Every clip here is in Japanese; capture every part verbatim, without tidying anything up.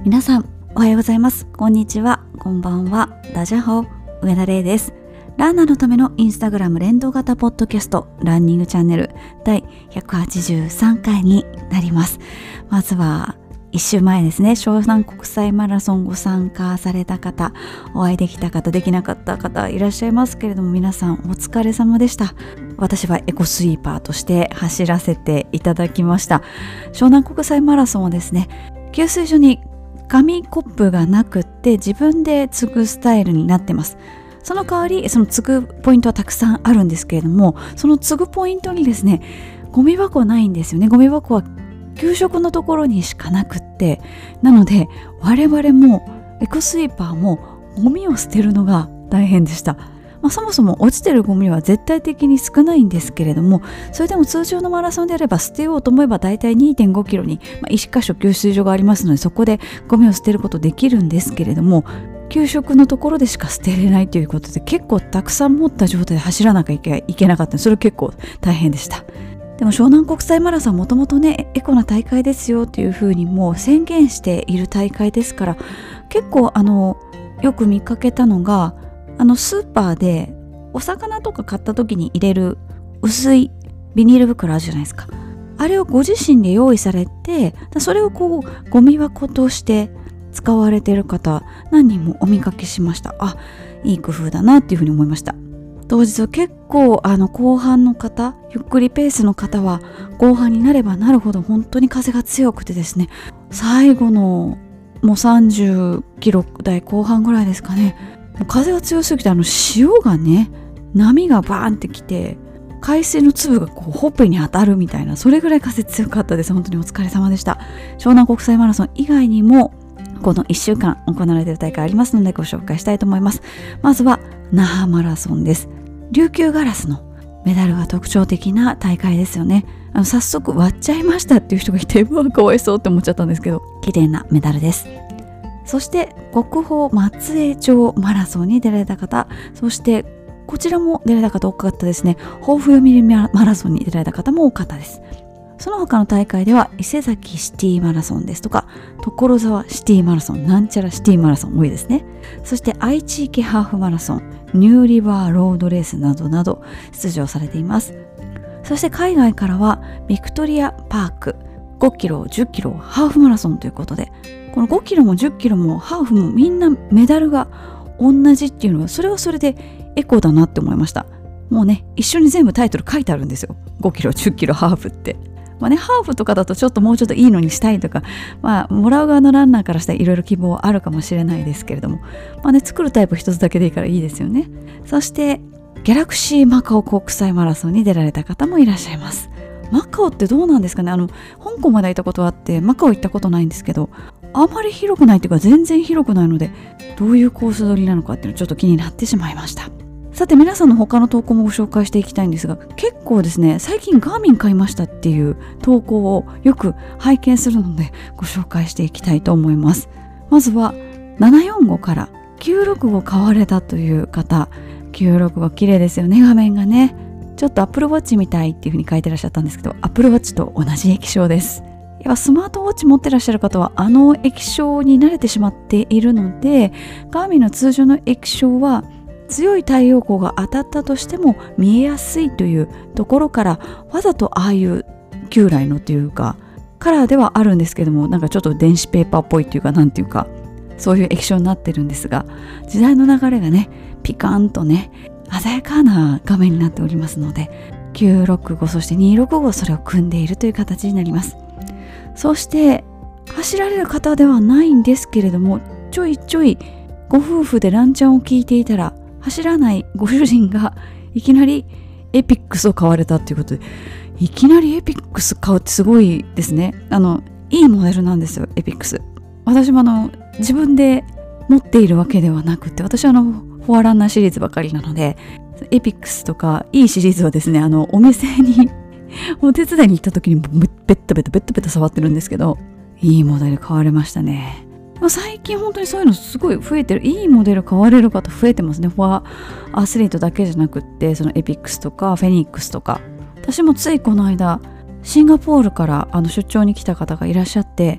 皆さんおはようございます。こんにちは、こんばんは。ダジャホ上田玲です。ランナーのためのインスタグラム連動型ポッドキャストランニングチャンネルだいひゃくはちじゅうさんかいになります。まずはいっしゅうまえですね、湘南国際マラソンご参加された方、お会いできた方、できなかった方いらっしゃいますけれども、皆さんお疲れ様でした。私はエコスイーパーとして走らせていただきました。湘南国際マラソンはですね、給水所に紙コップがなくって自分で継ぐスタイルになってます。その代わりその継ぐポイントはたくさんあるんですけれども、その継ぐポイントにですね、ゴミ箱はないんですよね。ゴミ箱は給食のところにしかなくって、なので我々もエコスイーパーもゴミを捨てるのが大変でした。まあ、そもそも落ちてるゴミは絶対的に少ないんですけれども、それでも通常のマラソンであれば捨てようと思えばだいたい にてんごキロにいっ箇所給水所がありますので、そこでゴミを捨てることできるんですけれども、給食のところでしか捨てれないということで、結構たくさん持った状態で走らなきゃいけ、いけなかったので、それ結構大変でした。でも湘南国際マラソンもともとね、エコな大会ですよっていうふうにもう宣言している大会ですから、結構あのよく見かけたのが、あのスーパーでお魚とか買った時に入れる薄いビニール袋あるじゃないですか。あれをご自身で用意されて、それをこうゴミ箱として使われている方何人もお見かけしました。あ、いい工夫だなっていうふうに思いました。当日は結構あの後半の方、ゆっくりペースの方は後半になればなるほど本当に風が強くてですね、最後のもうさんじゅっキロ台後半ぐらいですかね、もう風が強すぎて、あの潮がね、波がバーンってきて海水の粒がこうほっぺに当たるみたいな、それぐらい風強かったです。本当にお疲れ様でした。湘南国際マラソン以外にもこのいっしゅうかん行われている大会ありますので、ご紹介したいと思います。まずは那覇マラソンです。琉球ガラスのメダルが特徴的な大会ですよね。あの早速割っちゃいましたっていう人がいて、うわかわいそうって思っちゃったんですけど、綺麗なメダルです。そして国宝松江城マラソンに出られた方、そしてこちらも出られた方多かったですね。抱負読売マラソンに出られた方も多かったです。その他の大会では伊勢崎シティマラソンですとか、所沢シティマラソン、なんちゃらシティマラソン多いですね。そして愛知池ハーフマラソン、ニューリバーロードレースなどなど出場されています。そして海外からはビクトリアパークごキロじゅっキロハーフマラソンということで、このごキロもじゅっキロもハーフもみんなメダルが同じっていうのは、それはそれでエコだなって思いました。もうね、一緒に全部タイトル書いてあるんですよ。ごキロじゅっキロハーフって、まあね、ハーフとかだとちょっともうちょっといいのにしたいとか、まあもらう側のランナーからしたらいろいろ希望あるかもしれないですけれども、まあね、作るタイプ一つだけでいいからいいですよね。そしてギャラクシーマカオ国際マラソンに出られた方もいらっしゃいます。マカオってどうなんですかね。あの香港まで行ったことはあってマカオ行ったことないんですけど、あまり広くないっていうか全然広くないので、どういうコース取りなのかっていうのちょっと気になってしまいました。さて皆さんの他の投稿もご紹介していきたいんですが、結構ですね、最近ガーミン買いましたっていう投稿をよく拝見するのでご紹介していきたいと思います。まずはななよんごからきゅうろくご買われたという方、きゅうろくご綺麗ですよね。画面がね、ちょっとアップルウォッチみたいっていう風に書いてらっしゃったんですけど、アップルウォッチと同じ液晶です。やっぱスマートウォッチ持ってらっしゃる方はあの液晶に慣れてしまっているので、ガーミンの通常の液晶は強い太陽光が当たったとしても見えやすいというところから、わざとああいう旧来のというかカラーではあるんですけども、なんかちょっと電子ペーパーっぽいっていうか、なんていうかそういう液晶になってるんですが、時代の流れがね、ピカンとね鮮やかな画面になっておりますので、きゅうろくごそしてにひゃくろくじゅうご、それを組んでいるという形になります。そして走られる方ではないんですけれども、ちょいちょいご夫婦でランチャンを聞いていたら、走らないご主人がいきなりエピックスを買われたということで、いきなりエピックス買うってすごいですね。あのいいモデルなんですよ、エピックス。私もあの自分で持っているわけではなくて、私はあのフォアランナーシリーズばかりなので、エピックスとかいいシリーズはですね、あのお店にお手伝いに行った時にベッタベタベッタベタ触ってるんですけど、いいモデル買われましたね。最近本当にそういうのすごい増えてる。いいモデル買われる方増えてますね。フォアアスリートだけじゃなくって、そのエピックスとかフェニックスとか。私もついこの間シンガポールからあの出張に来た方がいらっしゃって、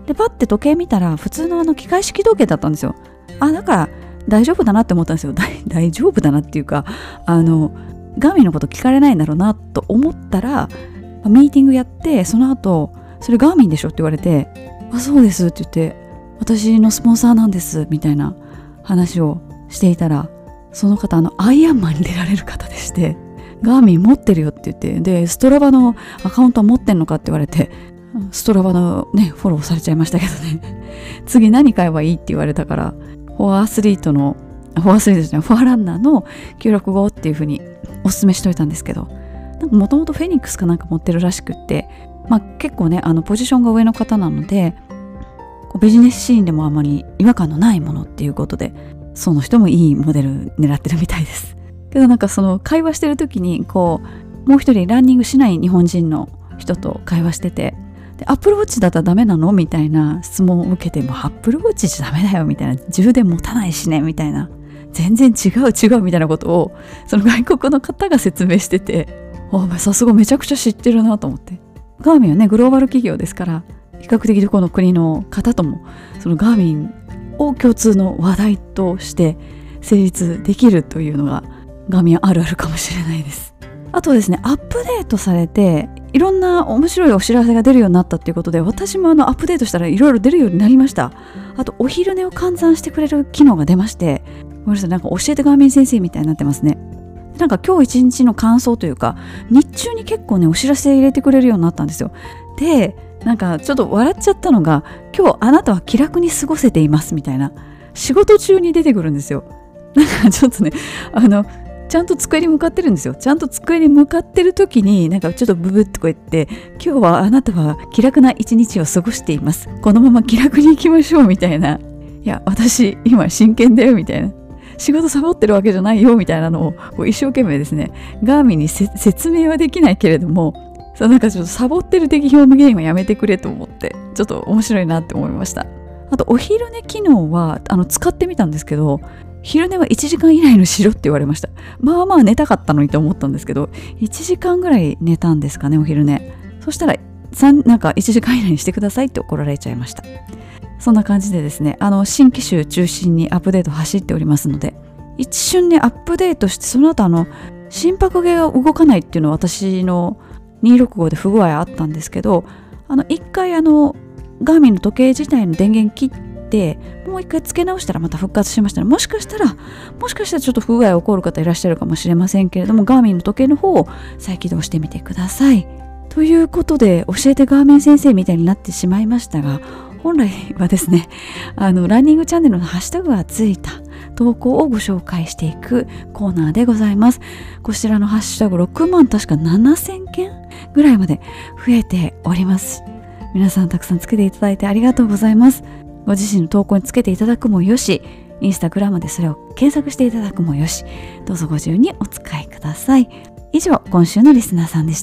でパッて時計見たら普通のあの機械式時計だったんですよ。あ、だから大丈夫だなって思ったんですよ。大, 大丈夫だなっていうか、あのガーミンのこと聞かれないんだろうなと思ったら、ミーティングやって、その後それガーミンでしょって言われて、あ、そうですって言って、私のスポンサーなんですみたいな話をしていたら、その方あのアイアンマンに出られる方でして、ガーミン持ってるよって言って、でストラバのアカウントは持ってんのかって言われて、ストラバのねフォローされちゃいましたけどね次何買えばいいって言われたから、フォアアスリートのフォアアスリートじゃないフォアランナーのきゅうろくごっていう風におすすめしといたんですけど、なんかもともとフェニックスかなんか持ってるらしくって、まあ結構ねあのポジションが上の方なので、こうビジネスシーンでもあまり違和感のないものっていうことで、その人もいいモデル狙ってるみたいです。けどなんかその会話してる時に、こうもう一人ランニングしない日本人の人と会話してて、でアップルウォッチだったらダメなのみたいな質問を受けて、もアップルウォッチじゃダメだよみたいな、充電持たないしねみたいな、全然違う違うみたいなことをその外国の方が説明してて、あ、さすがめちゃくちゃ知ってるなと思って。ガーミンはねグローバル企業ですから、比較的どこの国の方ともそのガーミンを共通の話題として成立できるというのがガーミンあるあるかもしれないです。あとですね、アップデートされていろんな面白いお知らせが出るようになったっていうことで、私もあのアップデートしたらいろいろ出るようになりました。あとお昼寝を換算してくれる機能が出まして、ごめんなさい、なんか教えてガーミン先生みたいになってますね。なんか今日一日の感想というか、日中に結構ねお知らせ入れてくれるようになったんですよ。でなんかちょっと笑っちゃったのが、今日あなたは気楽に過ごせていますみたいな、仕事中に出てくるんですよ。なんかちょっとね、あのちゃんと机に向かってるんですよ。ちゃんと机に向かってる時に、なんかちょっとブブッとこう言って、今日はあなたは気楽な一日を過ごしています、このまま気楽に行きましょうみたいな、いや私今真剣だよみたいな、仕事サボってるわけじゃないよみたいなのをこう一生懸命ですね、ガーミンに説明はできないけれども、そうなんかちょっとサボってる的表現はやめてくれと思って、ちょっと面白いなって思いました。あとお昼寝機能はあの使ってみたんですけど、昼寝はいちじかん以内にしろって言われました。まあまあ寝たかったのにと思ったんですけど、いちじかんぐらい寝たんですかね、お昼寝。そしたらなんかいちじかん以内にしてくださいって怒られちゃいました。そんな感じでですね、あの新機種中心にアップデート走っておりますので、一瞬ねアップデートして、その後あの心拍計が動かないっていうのは私のにひゃくろくじゅうごで不具合あったんですけど、あの一回あのガーミンの時計自体の電源切ってもう一回付け直したらまた復活しましたね。もしかしたらもしかしたらちょっと不具合起こる方いらっしゃるかもしれませんけれども、ガーミンの時計の方を再起動してみてください。ということで、教えてガーミン先生みたいになってしまいましたが、本来はですね、あのランニングチャンネルのハッシュタグがついた投稿をご紹介していくコーナーでございます。こちらのハッシュタグろくまん確かななせんけんぐらいまで増えております。皆さんたくさんつけていただいてありがとうございます。ご自身の投稿につけていただくもよし、インスタグラムでそれを検索していただくもよし、どうぞご自由にお使いください。以上、今週のリスナーさんでした。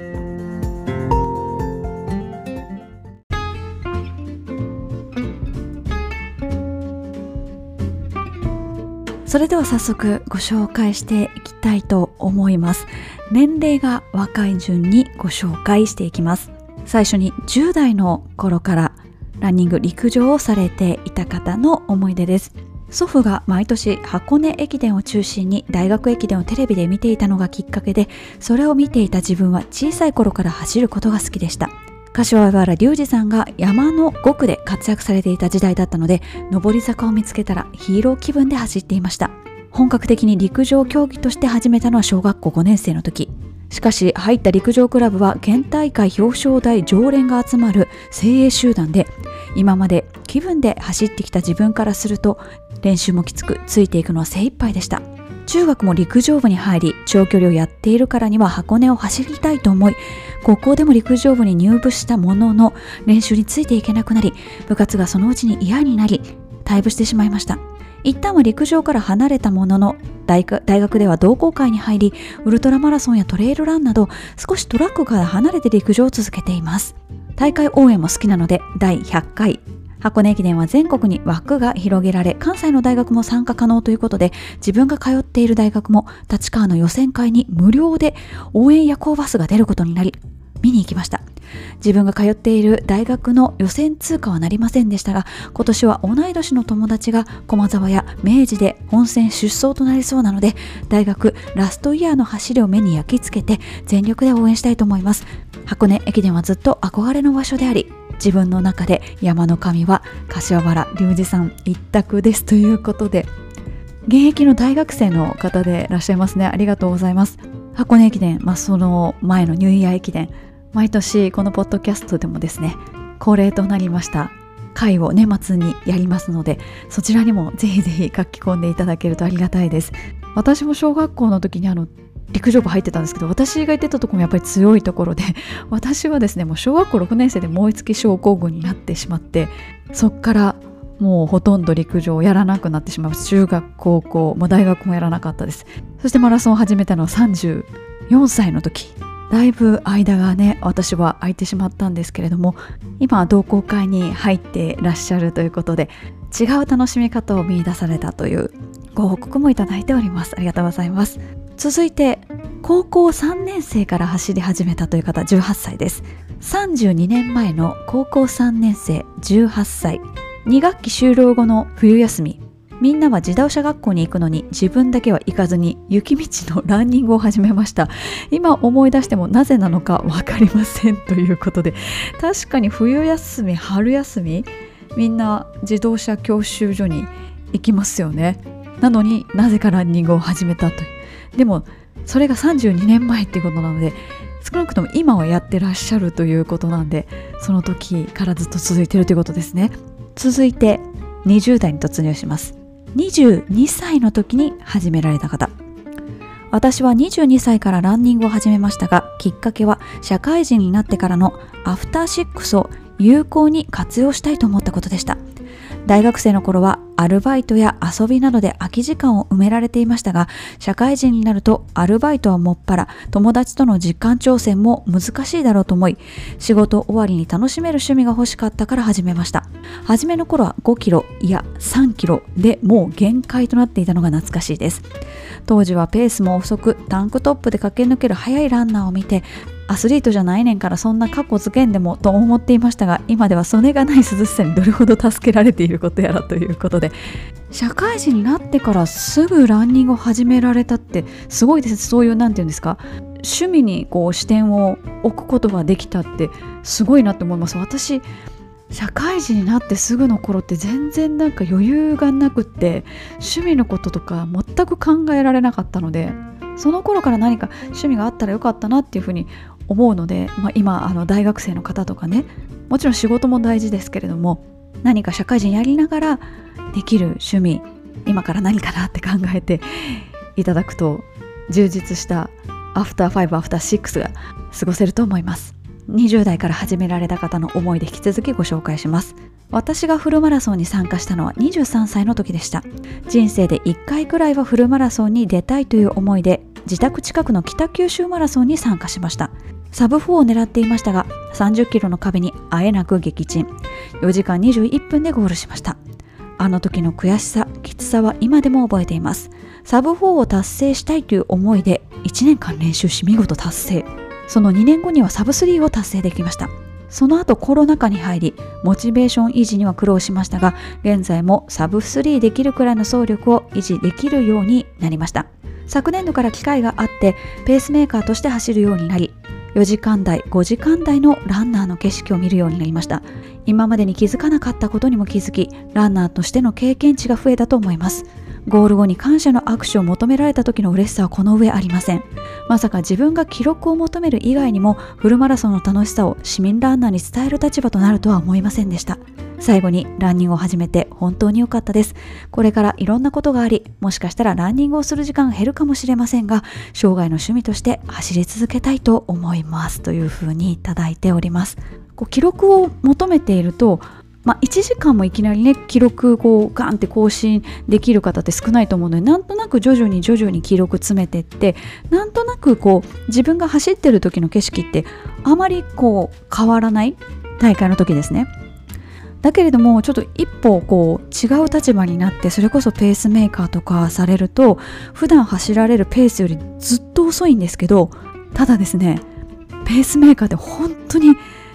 それでは早速ご紹介していきたいと思います。年齢が若い順にご紹介していきます。最初にじゅう代の頃からランニング陸上をされていた方の思い出です。祖父が毎年箱根駅伝を中心に大学駅伝をテレビで見ていたのがきっかけで、それを見ていた自分は小さい頃から走ることが好きでした。柏原隆二さんが山のごくで活躍されていた時代だったので、上り坂を見つけたらヒーロー気分で走っていました。本格的に陸上競技として始めたのは小学校ごねん生の時。しかし入った陸上クラブは県大会表彰台常連が集まる精鋭集団で、今まで気分で走ってきた自分からすると練習もきつく、ついていくのは精一杯でした。中学も陸上部に入り、長距離をやっているからには箱根を走りたいと思い、高校でも陸上部に入部したものの練習についていけなくなり、部活がそのうちに嫌になり退部してしまいました。一旦は陸上から離れたものの、大学、大学では同好会に入り、ウルトラマラソンやトレイルランなど少しトラックから離れて陸上を続けています。大会応援も好きなので、だいひゃっかい箱根駅伝は全国に枠が広げられ、関西の大学も参加可能ということで、自分が通っている大学も立川の予選会に無料で応援夜行バスが出ることになり、見に行きました。 自分が通っている大学の予選通過はなりませんでしたが、今年は同い年の友達が駒沢や明治で本戦出走となりそうなので、大学ラストイヤーの走りを目に焼き付けて全力で応援したいと思います。箱根駅伝はずっと憧れの場所であり、自分の中で山の神は柏原隆二さん一択ですということで、現役の大学生の方でいらっしゃいますね。ありがとうございます。箱根駅伝、まあ、その前のニューイヤー駅伝、毎年このポッドキャストでもですね、恒例となりました回を年末にやりますので、そちらにもぜひぜひ書き込んでいただけるとありがたいです。私も小学校の時にあの陸上部入ってたんですけど、私が行ってたところもやっぱり強いところで、私はですねもう小学校ろくねん生で燃え尽き症候群になってしまって、そっからもうほとんど陸上をやらなくなってしまう。中学高校も大学もやらなかったです。そしてマラソンを始めたのはさんじゅうよんさいの時、だいぶ間がね私は空いてしまったんですけれども、今は同好会に入ってらっしゃるということで、違う楽しみ方を見出されたというご報告もいただいております。ありがとうございます。続いて高校さんねん生から走り始めたという方、じゅうはっさいです。さんじゅうにねんまえの高校さんねん生、じゅうはっさい、に学期終了後の冬休み、みんなは自動車学校に行くのに自分だけは行かずに雪道のランニングを始めました。今思い出してもなぜなのか分かりませんということで、確かに冬休み春休みみんな自動車教習所に行きますよね。なのになぜかランニングを始めたという。でもそれがさんじゅうにねんまえっていうことなので、少なくとも今はやってらっしゃるということなんで、その時からずっと続いているということですね。続いてにじゅう代に突入します。にじゅうにさいの時に始められた方。私はにじゅうにさいからランニングを始めましたが、きっかけは社会人になってからのアフターシックスを有効に活用したいと思ったことでした。大学生の頃はアルバイトや遊びなどで空き時間を埋められていましたが、社会人になるとアルバイトはもっぱら友達との時間調整も難しいだろうと思い、仕事終わりに楽しめる趣味が欲しかったから始めました。初めの頃はごキロいやさんキロでもう限界となっていたのが懐かしいです。当時はペースも遅く、タンクトップで駆け抜ける速いランナーを見て、アスリートじゃないねんからそんな過去つけんでもと思っていましたが、今ではそれがない涼しさにどれほど助けられていることやらということで、社会人になってからすぐランニングを始められたってすごいです。そういうなんていうんですか、趣味にこう視点を置くことができたってすごいなって思います。私社会人になってすぐの頃って全然なんか余裕がなくって、趣味のこととか全く考えられなかったので、その頃から何か趣味があったらよかったなっていうふうに思うので、まあ、今あの大学生の方とかね、もちろん仕事も大事ですけれども、何か社会人やりながらできる趣味、今から何かなって考えていただくと、充実したアフターファイブアフターシックスが過ごせると思います。にじゅう代から始められた方の思いで引き続きご紹介します。私がフルマラソンに参加したのはにじゅうさんさいの時でした。人生でいっかいくらいはフルマラソンに出たいという思いで、自宅近くの北九州マラソンに参加しました。サブフォーを狙っていましたが、さんじゅっキロの壁にあえなく撃沈。よじかんにじゅういっぷんでゴールしました。あの時の悔しさ、きつさは今でも覚えています。サブフォーを達成したいという思いでいちねんかん練習し見事達成。そのにねんごにはサブスリーを達成できました。その後コロナ禍に入り、モチベーション維持には苦労しましたが、現在もサブスリーできるくらいの走力を維持できるようになりました。昨年度から機会があってペースメーカーとして走るようになり、よじかん台、ごじかん台のランナーの景色を見るようになりました。今までに気づかなかったことにも気づき、ランナーとしての経験値が増えたと思います。ゴール後に感謝の握手を求められた時の嬉しさはこの上ありません。まさか自分が記録を求める以外にもフルマラソンの楽しさを市民ランナーに伝える立場となるとは思いませんでした。最後にランニングを始めて本当に良かったです。これからいろんなことがあり、もしかしたらランニングをする時間が減るかもしれませんが、生涯の趣味として走り続けたいと思いますというふうにいただいております。こう記録を求めていると、まあ、いちじかんもいきなりね記録こうガンって更新できる方って少ないと思うので、なんとなく徐々に徐々に記録詰めていって、なんとなくこう自分が走ってる時の景色ってあまりこう変わらない大会の時ですね。だけれどもちょっと一歩こう違う立場になって、それこそペースメーカーとかされると、普段走られるペースよりずっと遅いんですけど、ただですね、ペースメーカーって本当に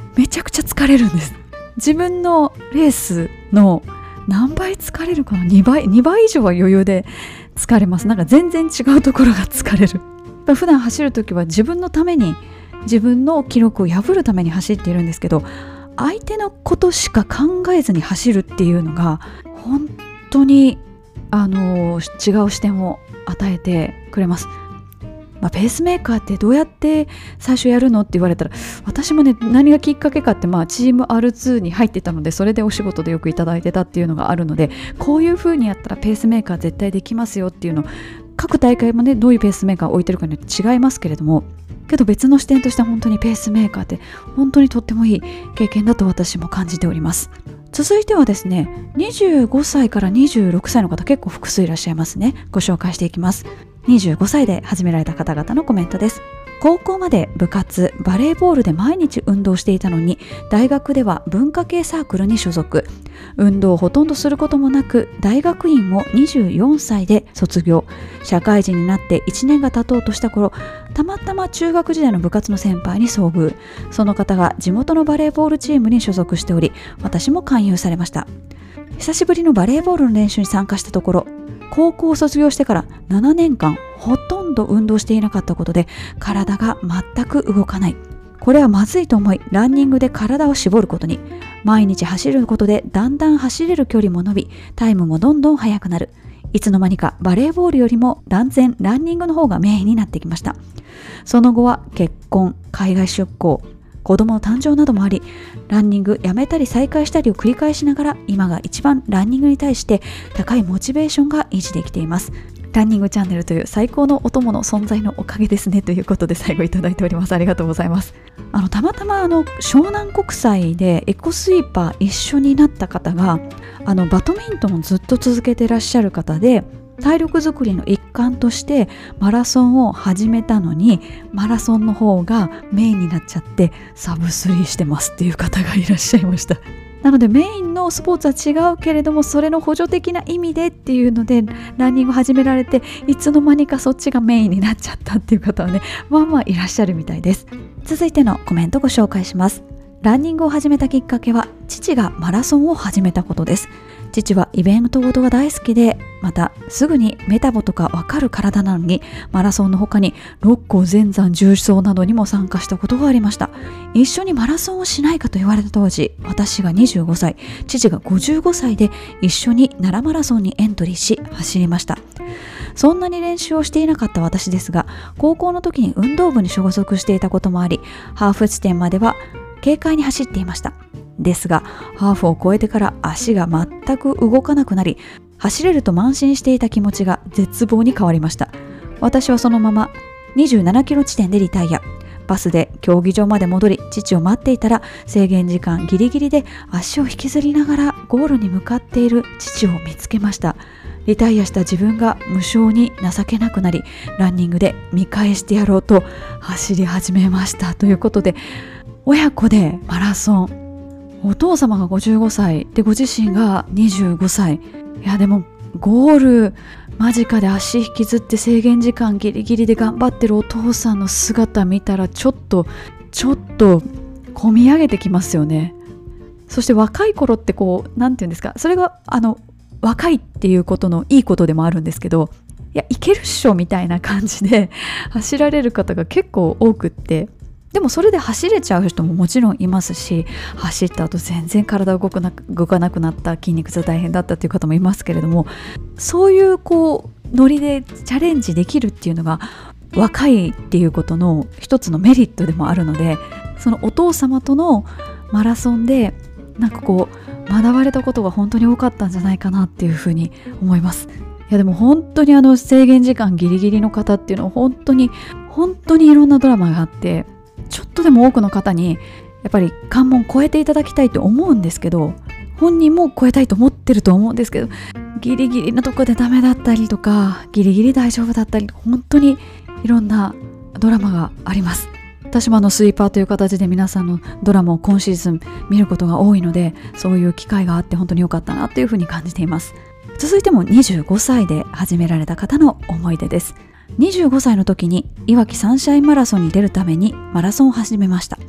めちゃくちゃ疲れるんです。自分のレースの何倍疲れるかな、にばいにばい以上は余裕で疲れます。なんか全然違うところが疲れる。普段走るときは自分のために、自分の記録を破るために走っているんですけど、相手のことしか考えずに走るっていうのが本当にあの違う視点を与えてくれます。まあ、ペースメーカーってどうやって最初やるのって言われたら、私もね、何がきっかけかって、まあチーム アールツー に入ってたので、それでお仕事でよくいただいてたっていうのがあるので、こういう風にやったらペースメーカー絶対できますよっていうのを、各大会もね、どういうペースメーカーを置いてるかによって違いますけれども、けど別の視点として本当にペースメーカーって本当にとってもいい経験だと私も感じております。続いてはですね、にじゅうごさいからにじゅうろくさいの方、結構複数いらっしゃいますね。ご紹介していきます。にじゅうごさいで始められた方々のコメントです。高校まで部活、バレーボールで毎日運動していたのに、大学では文化系サークルに所属。運動をほとんどすることもなく、大学院をにじゅうよんさいで卒業。社会人になっていちねんが経とうとした頃、たまたま中学時代の部活の先輩に遭遇。その方が地元のバレーボールチームに所属しており、私も勧誘されました。久しぶりのバレーボールの練習に参加したところ、高校を卒業してからななねんかんほとんど運動していなかったことで体が全く動かない。これはまずいと思い、ランニングで体を絞ることに。毎日走ることでだんだん走れる距離も伸び、タイムもどんどん速くなる。いつの間にかバレーボールよりも断然ランニングの方がメインになってきました。その後は結婚、海外出向、子供の誕生などもあり、ランニングやめたり再開したりを繰り返しながら、今が一番ランニングに対して高いモチベーションが維持できています。ランニングチャンネルという最高のお供の存在のおかげですね、ということで最後いただいております。ありがとうございます。あのたまたまあの湘南国際でエコスイーパー一緒になった方が、あのバドミントンをずっと続けてらっしゃる方で、体力づくりの一環としてマラソンを始めたのに、マラソンの方がメインになっちゃってサブスリーしてますっていう方がいらっしゃいました。なのでメインのスポーツは違うけれども、それの補助的な意味でっていうのでランニングを始められて、いつの間にかそっちがメインになっちゃったっていう方はね、まあまあいらっしゃるみたいです。続いてのコメントご紹介します。ランニングを始めたきっかけは、父がマラソンを始めたことです。父はイベントごとが大好きで、またすぐにメタボとかわかる体なのに、マラソンの他に六甲全山重走などにも参加したことがありました。一緒にマラソンをしないかと言われた当時、私がにじゅうごさい、父がごじゅうごさいで一緒に奈良マラソンにエントリーし走りました。そんなに練習をしていなかった私ですが、高校の時に運動部に所属していたこともあり、ハーフ地点までは軽快に走っていました。ですが、ハーフを越えてから足が全く動かなくなり、走れると慢心していた気持ちが絶望に変わりました。私はそのままにじゅうななキロ地点でリタイア。バスで競技場まで戻り、父を待っていたら、制限時間ギリギリで足を引きずりながらゴールに向かっている父を見つけました。リタイアした自分が無性に情けなくなり、ランニングで見返してやろうと走り始めました。ということで、親子でマラソン、お父様がごじゅうごさいでご自身がにじゅうごさい。いやでもゴール間近で足引きずって制限時間ギリギリで頑張ってるお父さんの姿見たら、ちょっとちょっと込み上げてきますよね。そして若い頃ってこう、なんていうんですか、それがあの若いっていうことのいいことでもあるんですけど、いやいけるっしょみたいな感じで走られる方が結構多くって、でもそれで走れちゃう人ももちろんいますし、走った後全然体動かなく、動かなくなった、筋肉痛大変だったっていう方もいますけれども、そういうこうノリでチャレンジできるっていうのが若いっていうことの一つのメリットでもあるので、そのお父様とのマラソンでなんかこう学ばれたことが本当に多かったんじゃないかなっていうふうに思います。いやでも本当にあの制限時間ギリギリの方っていうのは本当に本当にいろんなドラマがあって、ちょっとでも多くの方にやっぱり関門超えていただきたいと思うんですけど、本人も超えたいと思ってると思うんですけど、ギリギリのとこでダメだったりとか、ギリギリ大丈夫だったり、本当にいろんなドラマがあります。私もあのスイーパーという形で皆さんのドラマを今シーズン見ることが多いので、そういう機会があって本当に良かったなというふうに感じています。続いてもにじゅうごさいで始められた方の思い出です。にじゅうごさいの時にいわきサンシャインマラソンに出るためにマラソンを始めました。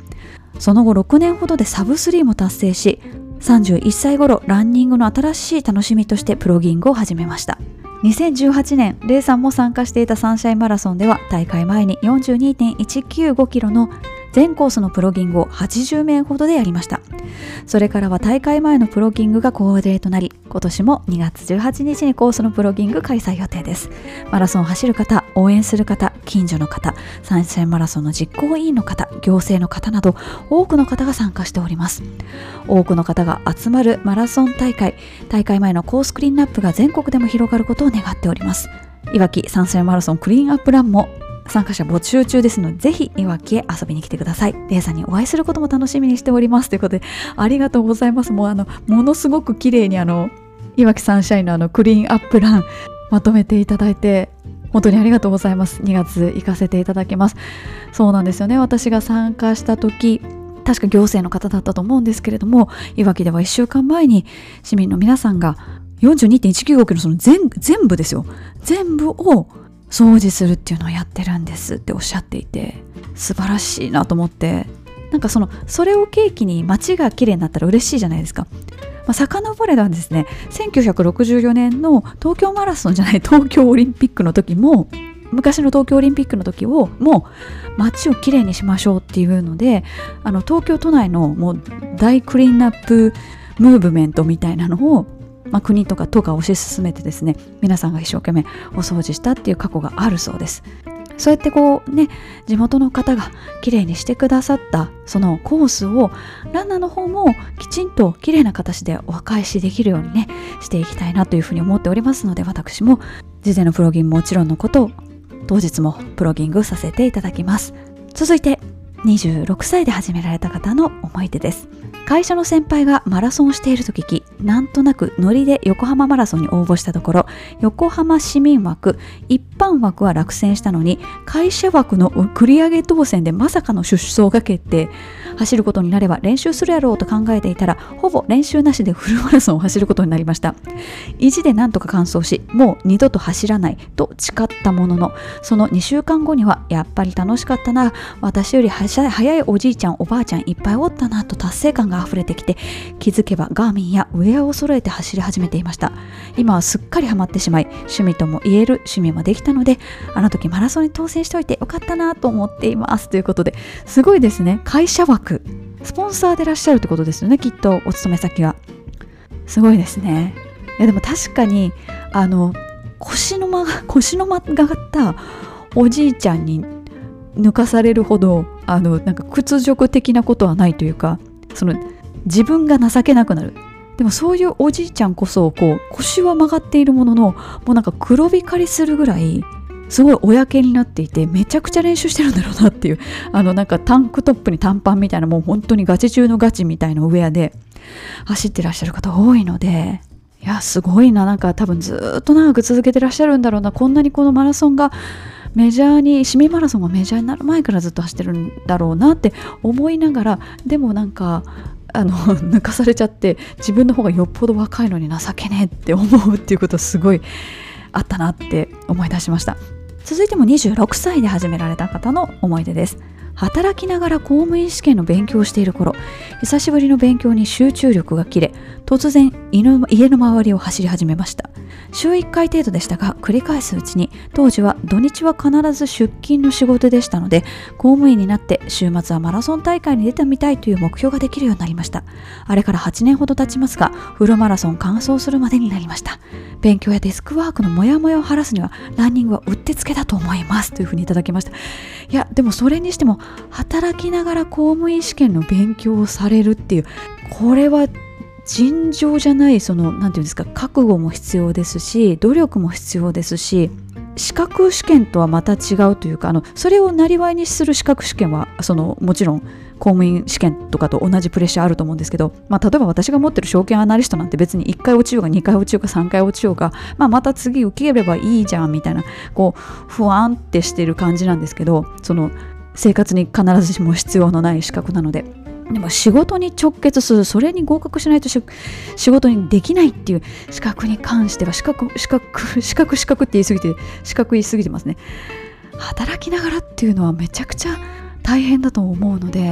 その後ろくねんほどでサブスリーも達成し、さんじゅういっさい頃ランニングの新しい楽しみとしてプロギングを始めました。にせんじゅうはちねん、レイさんも参加していたサンシャインマラソンでは大会前に よんじゅうにてんいちきゅうごキロの全コースのプロギングをはちじゅうめいほどでやりました。それからは大会前のプロギングが恒例となり、今年もにがつじゅうはちにちにコースのプロギング開催予定です。マラソンを走る方、応援する方、近所の方、サンシャインマラソンの実行委員の方、行政の方など多くの方が参加しております。多くの方が集まるマラソン大会、大会前のコースクリーンアップが全国でも広がることを願っております。いわきサンシャインマラソンクリーンアップランも参加者募集中ですので、ぜひいわきへ遊びに来てください。レイさんにお会いすることも楽しみにしておりますということで、ありがとうございます。もうあのものすごく綺麗にあのいわきサンシャインのあのクリーンアップランまとめていただいて本当にありがとうございます。にがつ行かせていただきます。そうなんですよね。私が参加した時、確か行政の方だったと思うんですけれども、いわきではいっしゅうかんまえに市民の皆さんが よんじゅうにてんいちきゅうごキロその 全, 全部ですよ全部を掃除するっていうのをやってるんですっておっしゃっていて、素晴らしいなと思って、なんかそのそれを契機に街が綺麗になったら嬉しいじゃないですか。まあ、遡ればですね、せんきゅうひゃくろくじゅうよねんの東京マラソンじゃない東京オリンピックの時も、昔の東京オリンピックの時をもう街をきれいにしましょうっていうので、あの東京都内のもう大クリーンアップムーブメントみたいなのを、まあ、国とか都が推し進めてですね、皆さんが一生懸命お掃除したっていう過去があるそうです。そうやってこうね、地元の方がきれいにしてくださったそのコースをランナーの方もきちんときれいな形でお返しできるようにねしていきたいなというふうに思っておりますので、私も事前のプロギングもちろんのこと当日もプロギングさせていただきます。続いてにじゅうろくさいで始められた方の思い出です。会社の先輩がマラソンをしていると聞き、なんとなくノリで横浜マラソンに応募したところ、横浜市民枠、一般枠は落選したのに会社枠の繰り上げ当選でまさかの出走が決定。走ることになれば練習するやろうと考えていたら、ほぼ練習なしでフルマラソンを走ることになりました。意地でなんとか完走し、もう二度と走らないと誓ったものの、そのにしゅうかんごにはやっぱり楽しかったな、私より早いおじいちゃんおばあちゃんいっぱいおったなと達成感が溢れてきて、気づけばガーミンやウェアを揃えて走り始めていました。今はすっかりハマってしまい、趣味とも言える趣味もできたので、あの時マラソンに当選しておいてよかったなと思っていますということで、すごいですね。会社枠スポンサーでいらっしゃるってことですよね、きっとお勤め先は。すごいですね。いやでも確かにあの腰の曲が腰の曲がったおじいちゃんに抜かされるほどあのなんか屈辱的なことはないというか、その自分が情けなくなる。でもそういうおじいちゃんこそこう腰は曲がっているものの、もうなんか黒光りするぐらいすごいおやけになっていて、めちゃくちゃ練習してるんだろうなっていう、あのなんかタンクトップに短パンみたいな、もう本当にガチ中のガチみたいなウェアで走ってらっしゃる方多いので、いやすごいな。なんか多分ずっと長く続けてらっしゃるんだろうな。こんなにこのマラソンがメジャーに、市民マラソンがメジャーになる前からずっと走ってるんだろうなって思いながら、でもなんかあの抜かされちゃって、自分の方がよっぽど若いのに情けねえって思うっていうことすごいあったなって思い出しました。続いてもにじゅうろくさいで始められた方の思い出です。働きながら公務員試験の勉強をしている頃、久しぶりの勉強に集中力が切れ、突然犬家の周りを走り始めました。週いっかい程度でしたが、繰り返すうちに、当時は土日は必ず出勤の仕事でしたので、公務員になって週末はマラソン大会に出てみたいという目標ができるようになりました。あれからはちねんほど経ちますが、フルマラソン完走するまでになりました。勉強やデスクワークのモヤモヤを晴らすには、ランニングはうってつけだと思いますというふうにいただきました。いやでもそれにしても働きながら公務員試験の勉強をされるっていう、これは尋常じゃない、そのなんていうんですか、覚悟も必要ですし、努力も必要ですし、資格試験とはまた違うというか、あのそれをなりわいにする資格試験はそのもちろん公務員試験とかと同じプレッシャーあると思うんですけど、まあ、例えば私が持ってる証券アナリストなんて別にいっかい落ちようがにかい落ちようがさんかい落ちようが、まあ、また次受ければいいじゃんみたいな、こう不安ってしてる感じなんですけど、その生活に必ずしも必要のない資格なので、でも仕事に直結する、それに合格しないと仕事にできないっていう資格に関しては、資格資格資格資格って言い過ぎて資格言い過ぎてますね。働きながらっていうのはめちゃくちゃ大変だと思うので、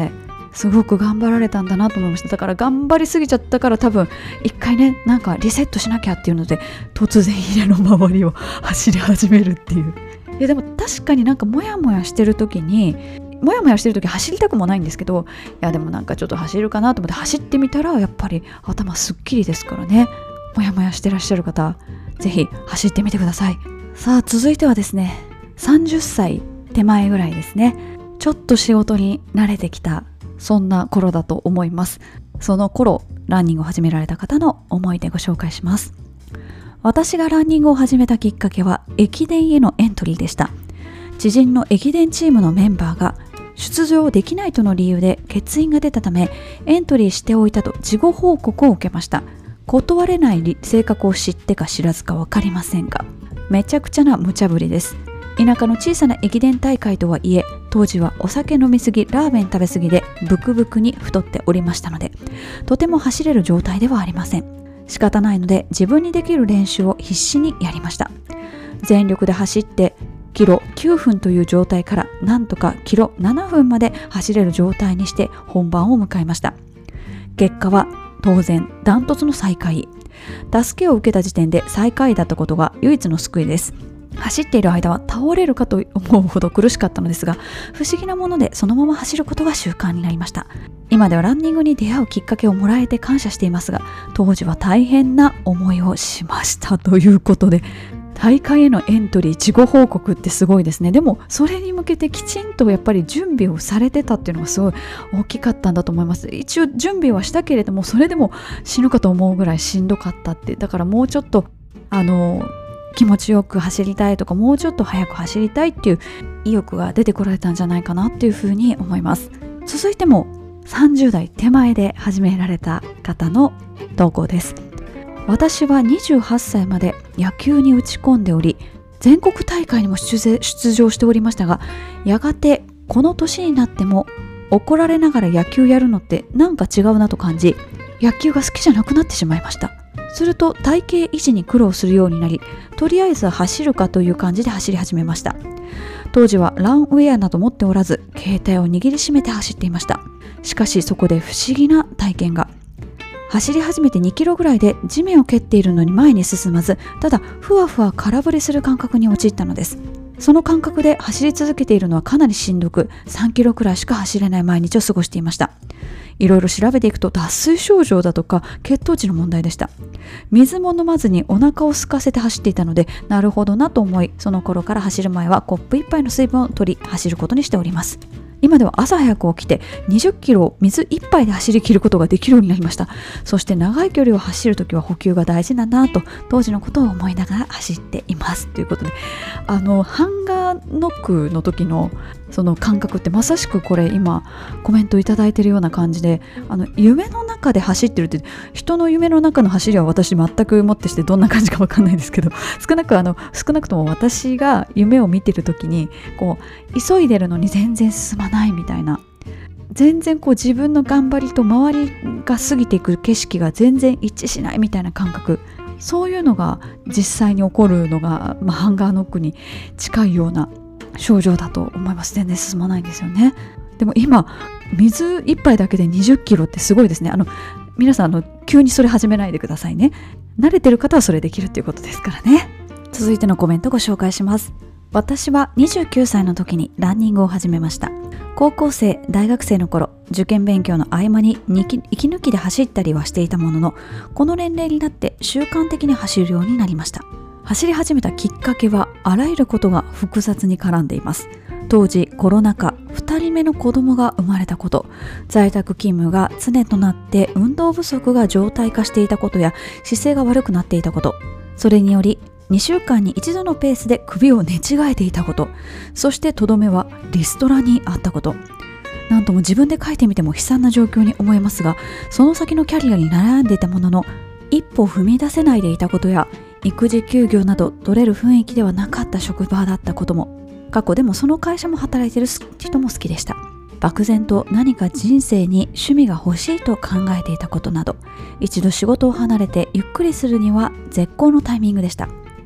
すごく頑張られたんだなと思いました。だから頑張りすぎちゃったから多分一回ねなんかリセットしなきゃっていうので突然家の周りを走り始めるっていう。いやでも確かになんかモヤモヤしてる時にモヤモヤしてる時走りたくもないんですけど、いやでもなんかちょっと走るかなと思って走ってみたらやっぱり頭すっきりですからね。モヤモヤしてらっしゃる方ぜひ走ってみてください。さあ続いてはですねさんじゅっさい手前ぐらいですね。ちょっと仕事に慣れてきたそんな頃だと思います。その頃ランニングを始められた方の思い出ご紹介します。私がランニングを始めたきっかけは駅伝へのエントリーでした。知人の駅伝チームのメンバーが出場できないとの理由で欠員が出たためエントリーしておいたと事後報告を受けました。断れない性格を知ってか知らずか分かりませんがめちゃくちゃな無茶ぶりです。田舎の小さな駅伝大会とはいえ当時はお酒飲みすぎラーメン食べすぎでブクブクに太っておりましたのでとても走れる状態ではありません。仕方ないので自分にできる練習を必死にやりました。全力で走ってキロきゅうふんという状態からなんとかキロななふんまで走れる状態にして本番を迎えました。結果は当然ダントツの最下位。助けを受けた時点で最下位だったことが唯一の救いです。走っている間は倒れるかと思うほど苦しかったのですが不思議なものでそのまま走ることが習慣になりました。今ではランニングに出会うきっかけをもらえて感謝していますが当時は大変な思いをしましたということで、大会へのエントリー事後報告ってすごいですね。でもそれに向けてきちんとやっぱり準備をされてたっていうのがすごい大きかったんだと思います。一応準備はしたけれどもそれでも死ぬかと思うぐらいしんどかったって。だからもうちょっとあの気持ちよく走りたいとかもうちょっと早く走りたいっていう意欲が出てこられたんじゃないかなっていうふうに思います。続いてもさんじゅう代手前で始められた方の投稿です。私はにじゅうはっさいまで野球に打ち込んでおり全国大会にも出場しておりましたがやがてこの年になっても怒られながら野球やるのってなんか違うなと感じ野球が好きじゃなくなってしまいました。すると体型維持に苦労するようになりとりあえず走るかという感じで走り始めました。当時はランウェアなど持っておらず携帯を握りしめて走っていました。しかしそこで不思議な体験が。走り始めてにキロぐらいで地面を蹴っているのに前に進まずただふわふわ空振りする感覚に陥ったのです。その感覚で走り続けているのはかなりしんどくさんキロくらいしか走れない毎日を過ごしていました。いろいろ調べていくと脱水症状だとか血糖値の問題でした。水も飲まずにお腹を空かせて走っていたのでなるほどなと思いその頃から走る前はコップ一杯の水分を取り走ることにしております。今では朝早く起きてにじゅっキロを水いっぱいで走り切ることができるようになりました。そして長い距離を走るときは補給が大事だなと当時のことを思いながら走っていますということで、あのハンガーノックの時のその感覚ってまさしくこれ今コメントいただいているような感じで、あの夢の中で走ってるって人の夢の中の走りは私全くもってしてどんな感じか分かんないですけど少なくあの少なくとも私が夢を見てる時にこう急いでるのに全然進まないみたいな、全然こう自分の頑張りと周りが過ぎていく景色が全然一致しないみたいな感覚、そういうのが実際に起こるのが、まあ、ハンガーノックに近いような症状だと思います。全然進まないんですよね。でも今水一杯だけでにじゅっキロってすごいですね。あの皆さんあの急にそれ始めないでくださいね。慣れてる方はそれできるっていうことですからね。続いてのコメントご紹介します。私はにじゅうきゅうさいの時にランニングを始めました。高校生、大学生の頃、受験勉強の合間に息抜きで走ったりはしていたものの、この年齢になって習慣的に走るようになりました。走り始めたきっかけはあらゆることが複雑に絡んでいます。当時コロナ禍、ふたりめの子供が生まれたこと、在宅勤務が常となって運動不足が常態化していたことや姿勢が悪くなっていたこと、それによりにしゅうかんに一度のペースで首を寝違えていたこと、そしてとどめはリストラにあったこと。なんとも自分で書いてみても悲惨な状況に思えますが、その先のキャリアに悩んでいたものの一歩踏み出せないでいたことや、育児休業など取れる雰囲気ではなかった職場だったことも、過去でもその会社も働いている人も好きでした。漠然と何か人生に趣味が欲しいと考えていたことなど、一度仕事を離れてゆっくりするには絶好のタイミングでした。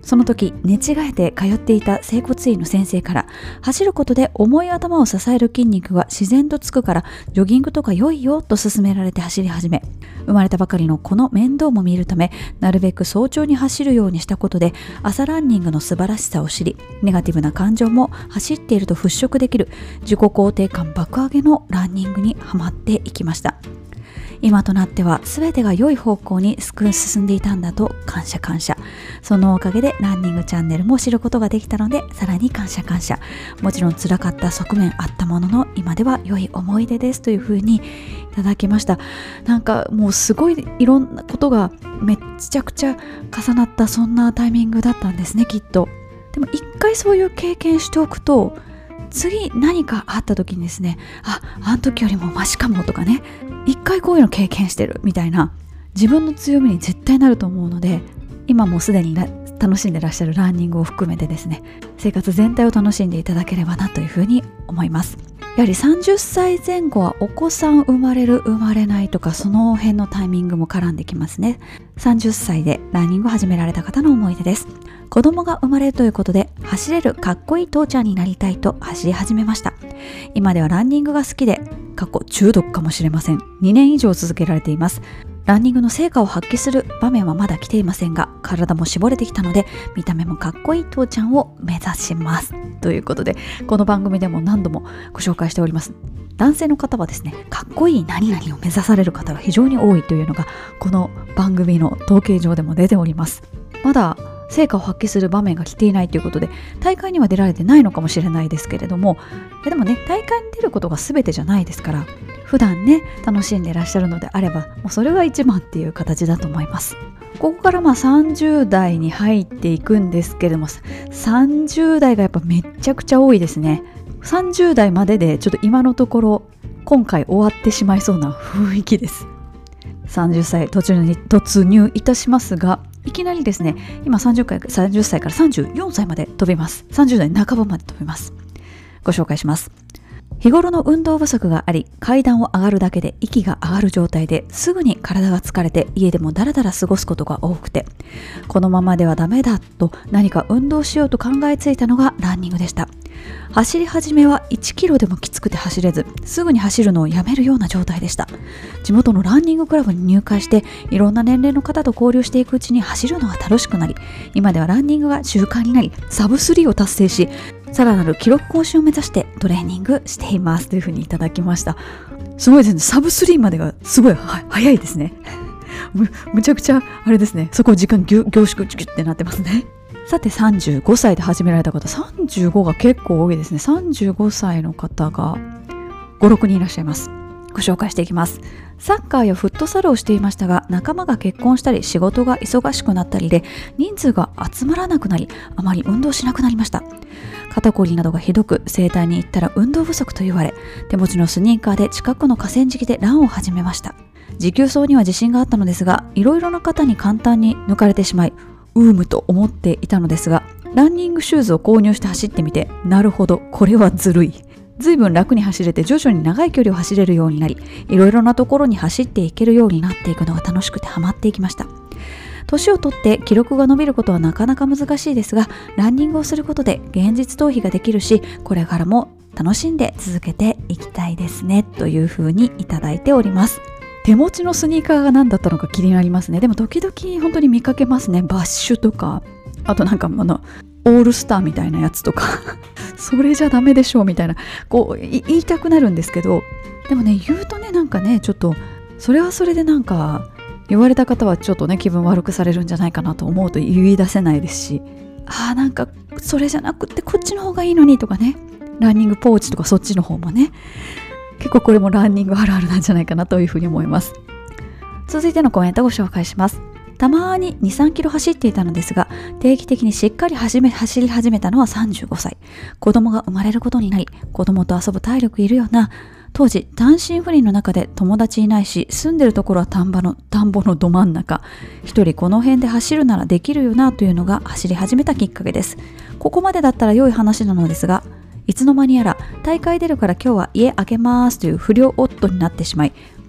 その時寝違えて通っていた整骨院の先生から、走ることで重い頭を支える筋肉が自然とつくからジョギングとか良いよと勧められて走り始め、生まれたばかりの子の面倒も見るためなるべく早朝に走るようにしたことで、朝ランニングの素晴らしさを知り、ネガティブな感情も走っていると払拭できる自己肯定感爆上げのランニングにハマっていきました。今となっては全てが良い方向に進んでいたんだと感謝感謝。そのおかげでランニングチャンネルも知ることができたので、さらに感謝感謝。もちろん辛かった側面あったものの、今では良い思い出ですというふうにいただきました。なんかもうすごいいろんなことがめっちゃくちゃ重なった、そんなタイミングだったんですね、きっと。でも一回そういう経験しておくと、次何かあった時にですね、あ、あの時よりもマシかもとかね、一回こういうの経験してるみたいな自分の強みに絶対なると思うので、今もうすでに楽しんでらっしゃるランニングを含めてですね、生活全体を楽しんでいただければなというふうに思います。やはりさんじゅっさいぜん後はお子さん生まれる生まれないとか、その辺のタイミングも絡んできますね。さんじゅっさいでランニングを始められた方の思い出です。子供が生まれるということで、走れるかっこいい父ちゃんになりたいと走り始めました。今ではランニングが好きで、過去中毒かもしれません。にねん以上続けられています。ランニングの成果を発揮する場面はまだ来ていませんが、体も絞れてきたので、見た目もかっこいい父ちゃんを目指しますということで、この番組でも何度もご紹介しております。男性の方はですね、かっこいい何々を目指される方が非常に多いというのが、この番組の統計上でも出ております。まだ成果を発揮する場面が来ていないということで、大会には出られてないのかもしれないですけれども、でもね、大会に出ることが全てじゃないですから、普段ね楽しんでらっしゃるのであれば、もうそれが一番っていう形だと思います。ここからまあさんじゅう代に入っていくんですけれども、さんじゅう代がやっぱめっちゃくちゃ多いですね。さんじゅう代まででちょっと今のところ今回終わってしまいそうな雰囲気です。さんじゅっさい途中に突入いたしますが、いきなりですね、今さんじゅっさいからさんじゅうよんさいまで飛びます。さんじゅう代半ばまで飛びます。ご紹介します。日頃の運動不足があり、階段を上がるだけで息が上がる状態ですぐに体が疲れて、家でもだらだら過ごすことが多くて、このままではダメだと何か運動しようと考えついたのがランニングでした。走り始めはいちキロでもきつくて走れず、すぐに走るのをやめるような状態でした。地元のランニングクラブに入会して、いろんな年齢の方と交流していくうちに走るのが楽しくなり、今ではランニングが習慣になり、サブスリーを達成し、さらなる記録更新を目指してトレーニングしていますというふうにいただきました。すごいですね。サブスリーまでがすごい早いですね。む, むちゃくちゃあれですね。そこ時間凝縮ギュッってなってますね。さてさんじゅうごさいで始められた方、さんじゅうごが結構多いですね。さんじゅうごさいの方がご、ろくにんいらっしゃいます。ご紹介していきます。サッカーやフットサルをしていましたが、仲間が結婚したり仕事が忙しくなったりで人数が集まらなくなり、あまり運動しなくなりました。肩こりなどがひどく、整体に行ったら運動不足と言われ、手持ちのスニーカーで近くの河川敷でランを始めました。持久走には自信があったのですが、いろいろな方に簡単に抜かれてしまい、うーむと思っていたのですが、ランニングシューズを購入して走ってみて、なるほど、これはずるい。ずいぶん楽に走れて、徐々に長い距離を走れるようになり、いろいろなところに走っていけるようになっていくのが楽しくてハマっていきました。年を取って記録が伸びることはなかなか難しいですが、ランニングをすることで現実逃避ができるし、これからも楽しんで続けていきたいですねというふうにいただいております。手持ちのスニーカーが何だったのか気になりますね。でも時々本当に見かけますね。バッシュとか、あとなんかあのオールスターみたいなやつとかそれじゃダメでしょうみたいな、こう言いたくなるんですけど、でもね、言うとね、なんかね、ちょっとそれはそれでなんか言われた方はちょっとね、気分悪くされるんじゃないかなと思うと言い出せないですし、ああ、なんかそれじゃなくてこっちの方がいいのにとかね、ランニングポーチとかそっちの方もね、結構これもランニングあるあるなんじゃないかなというふうに思います。続いてのコメントをご紹介します。たまに にさんキロ走っていたのですが、定期的にしっかり走め走り始めたのはさんじゅうごさい。子供が生まれることになり、子供と遊ぶ体力いるよな。当時単身赴任の中で友達いないし、住んでるところは田んぼの田んぼのど真ん中、一人この辺で走るならできるよなというのが走り始めたきっかけです。ここまでだったら良い話なのですが、いつの間にやら大会出るから今日は家開けますという不良夫になってしまい、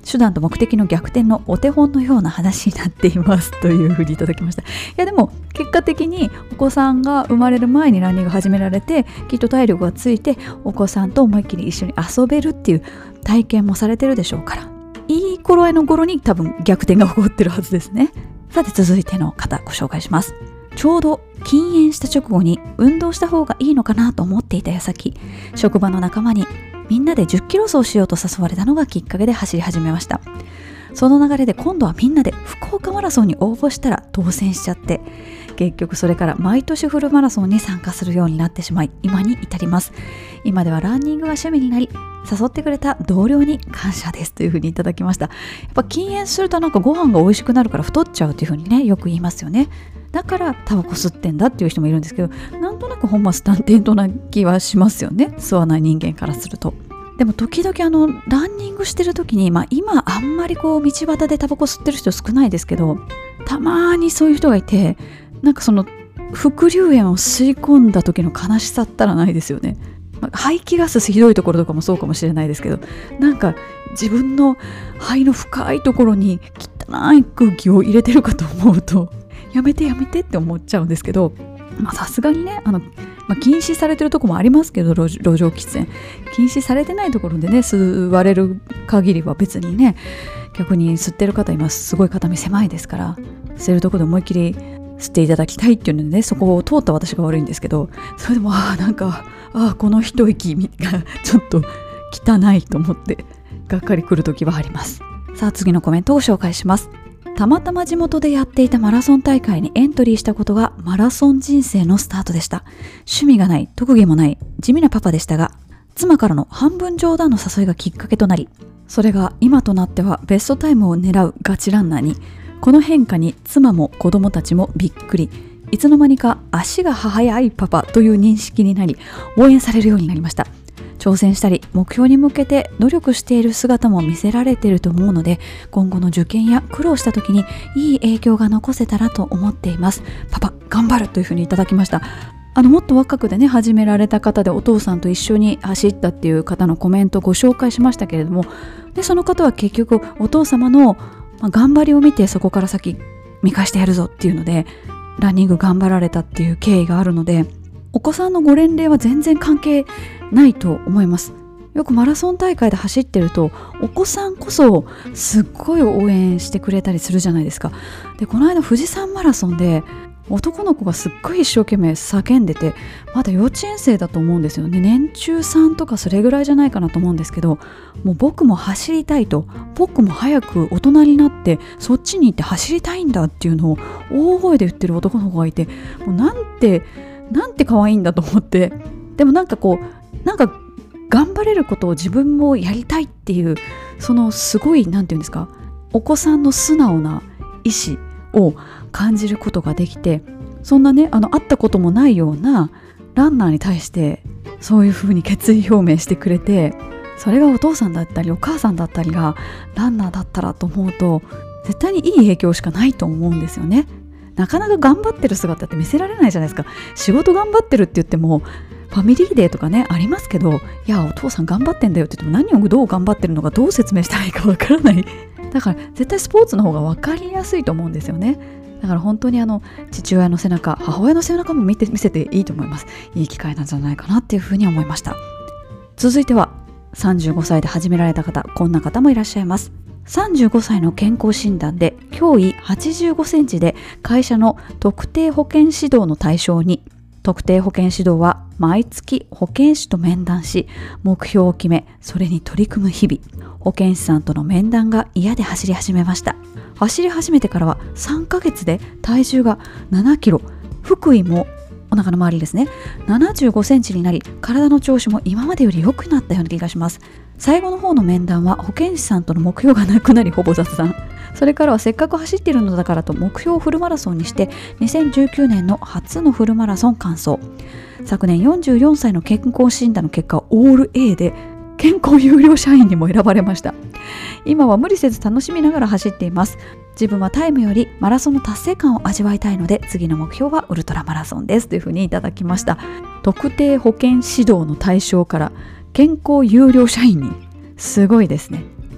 手段と目的の逆転のお手本のような話になっていますというふうにいただきました。いやでも結果的にお子さんが生まれる前にランニング始められて、きっと体力がついてお子さんと思いっきり一緒に遊べるっていう体験もされてるでしょうから、いい頃合いの頃に多分逆転が起こってるはずですね。さて続いての方ご紹介します。ちょうど禁煙した直後に運動した方がいいのかなと思っていた矢先、職場の仲間にみんなでじゅっキロ走しようと誘われたのがきっかけで走り始めました。その流れで今度はみんなで福岡マラソンに応募したら当選しちゃって、結局それから毎年フルマラソンに参加するようになってしまい、今に至ります。今ではランニングが趣味になり、誘ってくれた同僚に感謝ですというふうにいただきました。やっぱ禁煙するとなんかご飯が美味しくなるから太っちゃうというふうにね、よく言いますよね。だからタバコ吸ってんだっていう人もいるんですけど、なんとなく本末転倒な気はしますよね、吸わない人間からすると。でも時々あのランニングしてる時に、まあ今あんまりこう道端でタバコ吸ってる人少ないですけど、たまにそういう人がいて、なんかその副流煙を吸い込んだ時の悲しさったらないですよね。まあ、排気ガスひどいところとかもそうかもしれないですけど、なんか自分の肺の深いところに汚い空気を入れてるかと思うと、やめてやめてって思っちゃうんですけど、まあさすがにね、あの、まあ、禁止されてるとこもありますけど、路路上喫煙禁止されてないところでね吸われる限りは別にね、逆に吸ってる方今すごい肩身狭いですから、吸えるところで思いっきり吸っていただきたいっていうのでね、そこを通った私が悪いんですけど、それでもああなんかああこの一息がちょっと汚いと思ってがっかりくる時はあります。さあ次のコメントを紹介します。たまたま地元でやっていたマラソン大会にエントリーしたことがマラソン人生のスタートでした。趣味がない、特技もない地味なパパでしたが、妻からの半分冗談の誘いがきっかけとなり、それが今となってはベストタイムを狙うガチランナーに。この変化に妻も子供たちもびっくり。いつの間にか足が速いパパという認識になり、応援されるようになりました。挑戦したり目標に向けて努力している姿も見せられていると思うので、今後の受験や苦労した時にいい影響が残せたらと思っています。パパ頑張るというふうにいただきました。あのもっと若くでね始められた方で、お父さんと一緒に走ったっていう方のコメントをご紹介しましたけれども、でその方は結局お父様の頑張りを見て、そこから先見返してやるぞっていうのでランニング頑張られたっていう経緯があるので、お子さんのご年齢は全然関係ないと思います。よくマラソン大会で走ってるとお子さんこそすっごい応援してくれたりするじゃないですか。でこの間富士山マラソンで男の子がすっごい一生懸命叫んでて、まだ幼稚園生だと思うんですよね。年中さんとかそれぐらいじゃないかなと思うんですけど、もう僕も走りたいと、僕も早く大人になってそっちに行って走りたいんだっていうのを大声で言ってる男の子がいて、もうなんてなんて可愛いんだと思って。でもなんかこうなんか頑張れることを自分もやりたいっていう、そのすごいなんていうんですか、お子さんの素直な意志を感じることができて、そんなねあの会ったこともないようなランナーに対してそういう風に決意表明してくれて、それがお父さんだったりお母さんだったりがランナーだったらと思うと、絶対にいい影響しかないと思うんですよね。なかなか頑張ってる姿って見せられないじゃないですか。仕事頑張ってるって言ってもファミリーデーとかねありますけど、いやお父さん頑張ってんだよって言っても何をどう頑張ってるのかどう説明したらいいかわからないだから絶対スポーツの方が分かりやすいと思うんですよね。だから本当にあの父親の背中、母親の背中も見て見せていいと思います。いい機会なんじゃないかなっていうふうに思いました。続いてはさんじゅうごさいで始められた方、こんな方もいらっしゃいます。さんじゅうごさいの健康診断で胸囲はちじゅうごセンチで会社の特定保険指導の対象に、特定保険指導は毎月保健師と面談し目標を決め、それに取り組む日々。保健師さんとの面談が嫌で走り始めました。走り始めてからはさんかげつで体重がななキロ、腹囲もお腹の周りですねななじゅうごセンチになり、体の調子も今までより良くなったような気がします。最後の方の面談は保健師さんとの目標がなくなりほぼ雑談。それからはせっかく走っているのだからと目標をフルマラソンにしてにせんじゅうきゅうねんの初のフルマラソン完走。昨年よんじゅうよんさいの健康診断の結果はオール A で健康有料社員にも選ばれました。今は無理せず楽しみながら走っています。自分はタイムよりマラソンの達成感を味わいたいので、次の目標はウルトラマラソンですというふうにいただきました。特定保険指導の対象から健康有料社員に、すごいですね。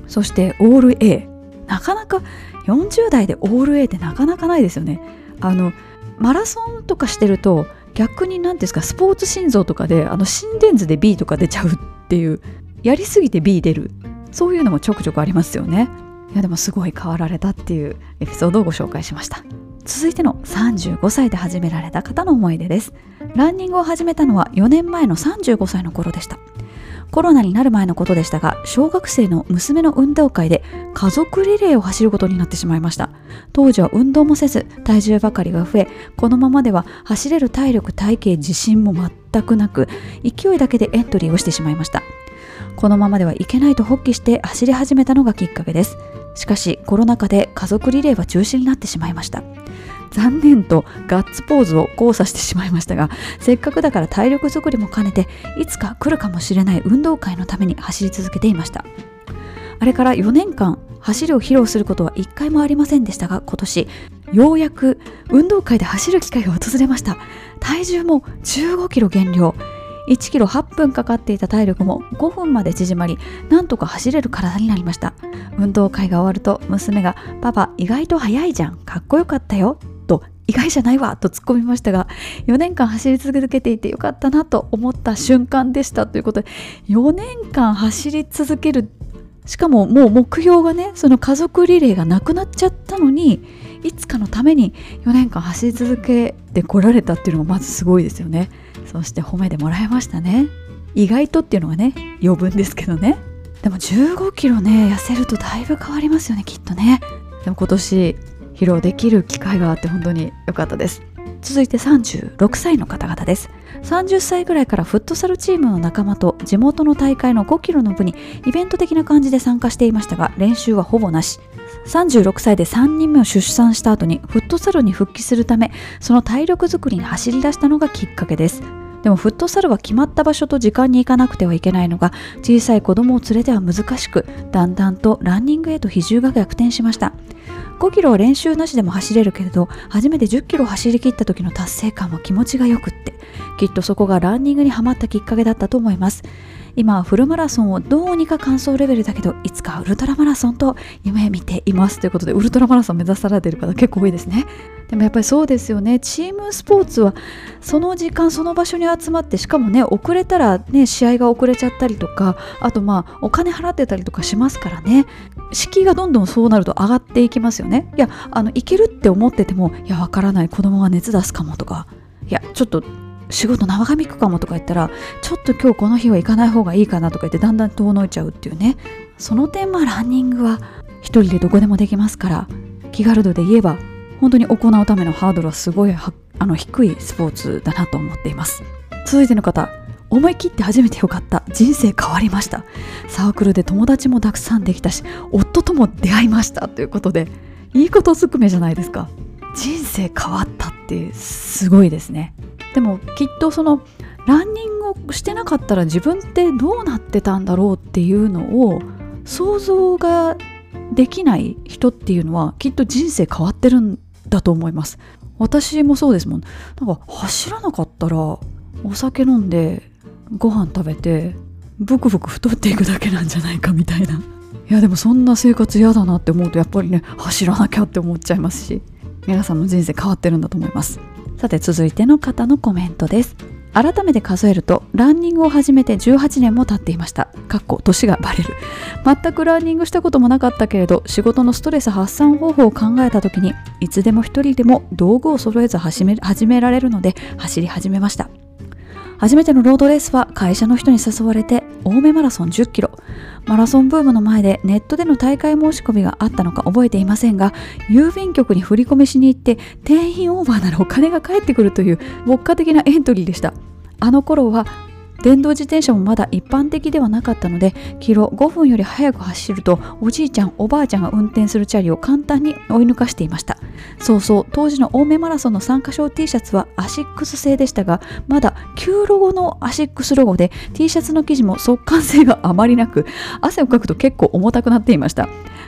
そしてオール A、 なかなかよんじゅう代でオール A ってなかなかないですよね。あのマラソンとかしてると逆に何ていうんですか、スポーツ心臓とかであの心電図で B とか出ちゃうっていう、やりすぎて B 出る、そういうのもちょくちょくありますよね。いやでもすごい変わられたっていうエピソードをご紹介しました。続いてのさんじゅうごさいで始められた方の思い出です。ランニングを始めたのはよねんまえのさんじゅうごさいの頃でした。コロナになる前のことでしたが、小学生の娘の運動会で家族リレーを走ることになってしまいました。当時は運動もせず体重ばかりが増え、このままでは走れる体力、体型、自信も全くなく、勢いだけでエントリーをしてしまいました。このままではいけないと発起して走り始めたのがきっかけです。しかしコロナ禍で家族リレーは中止になってしまいました。残念とガッツポーズを交差してしまいましたが、せっかくだから体力作りも兼ねて、いつか来るかもしれない運動会のために走り続けていました。あれからよねんかん走りを披露することはいっかいもありませんでしたが、今年ようやく運動会で走る機会が訪れました。体重もじゅうごキロ減量、いちキロはっぷんかかっていた体力もごふんまで縮まり、なんとか走れる体になりました。運動会が終わると娘が、パパ意外と速いじゃん、かっこよかったよと、意外じゃないわと突っ込みましたが、よねんかん走り続けていてよかったなと思った瞬間でしたということで、よねんかん走り続ける、しかももう目標がね、その家族リレーがなくなっちゃったのに、いつかのためによねんかん走り続けてこられたっていうのがまずすごいですよね。そして褒めてもらいましたね。意外とっていうのがね、余分ですけどね。でもじゅうごキロね、痩せるとだいぶ変わりますよね、きっとね。でも今年披露できる機会があって本当に良かったです。続いてさんじゅうろくさいの方々です。さんじゅっさいぐらいからフットサルチームの仲間と地元の大会のごキロの部にイベント的な感じで参加していましたが、練習はほぼなし。さんじゅうろくさいでさんにんめを出産した後にフットサルに復帰するため、その体力作りに走り出したのがきっかけです。でもフットサルは決まった場所と時間に行かなくてはいけないのが、小さい子供を連れては難しく、だんだんとランニングへと比重が逆転しました。ごキロは練習なしでも走れるけれど、初めてじゅっキロ走り切った時の達成感も気持ちがよくって、きっとそこがランニングにハマったきっかけだったと思います。今はフルマラソンをどうにか完走レベルだけど、いつかウルトラマラソンと夢見ていますということで、ウルトラマラソン目指されている方結構多いですね。でもやっぱりそうですよね。チームスポーツはその時間その場所に集まって、しかもね、遅れたらね、試合が遅れちゃったりとか、あとまあお金払ってたりとかしますからね、敷居がどんどんそうなると上がっていきますよね。いや、あのいけるって思ってても、いやわからない、子供が熱出すかもとか、いやちょっと仕事長引くかもとか言ったら、ちょっと今日この日は行かない方がいいかなとか言って、だんだん遠のいちゃうっていうね。その点、まあランニングは一人でどこでもできますから、気軽度で言えば本当に行うためのハードルはすごいはあの低いスポーツだなと思っています。続いての方、思い切って初めてよかった、人生変わりました、サークルで友達もたくさんできたし、夫とも出会いましたということで、いいことずくめじゃないですか。人生変わったってすごいですね。でもきっとそのランニングをしてなかったら自分ってどうなってたんだろうっていうのを想像ができない人っていうのは、きっと人生変わってるんだと思います。私もそうですもん。なんか走らなかったらお酒飲んでご飯食べてブクブク太っていくだけなんじゃないかみたいな。いやでもそんな生活嫌だなって思うと、やっぱりね、走らなきゃって思っちゃいますし、皆さんの人生変わってるんだと思います。さて続いての方のコメントです。改めて数えるとランニングを始めてじゅうはちねんも経っていました。かっこ年がバレる。全くランニングしたこともなかったけれど、仕事のストレス発散方法を考えた時に、いつでも一人でも道具を揃えず始め、始められるので走り始めました。初めてのロードレースは会社の人に誘われて青梅マラソンじゅっキロ。マラソンブームの前でネットでの大会申し込みがあったのか覚えていませんが、郵便局に振り込みしに行って定員オーバーならお金が返ってくるという牧歌的なエントリーでした。あの頃は電動自転車もまだ一般的ではなかったので、キロごふんより速く走るとおじいちゃんおばあちゃんが運転するチャリを簡単に追い抜かしていました。そうそう、当時の青梅マラソンの参加賞 T シャツはアシックス製でしたが、まだ旧ロゴのアシックスロゴで T シャツの生地も速乾性があまりなく、汗をかくと結構重たくなっていました。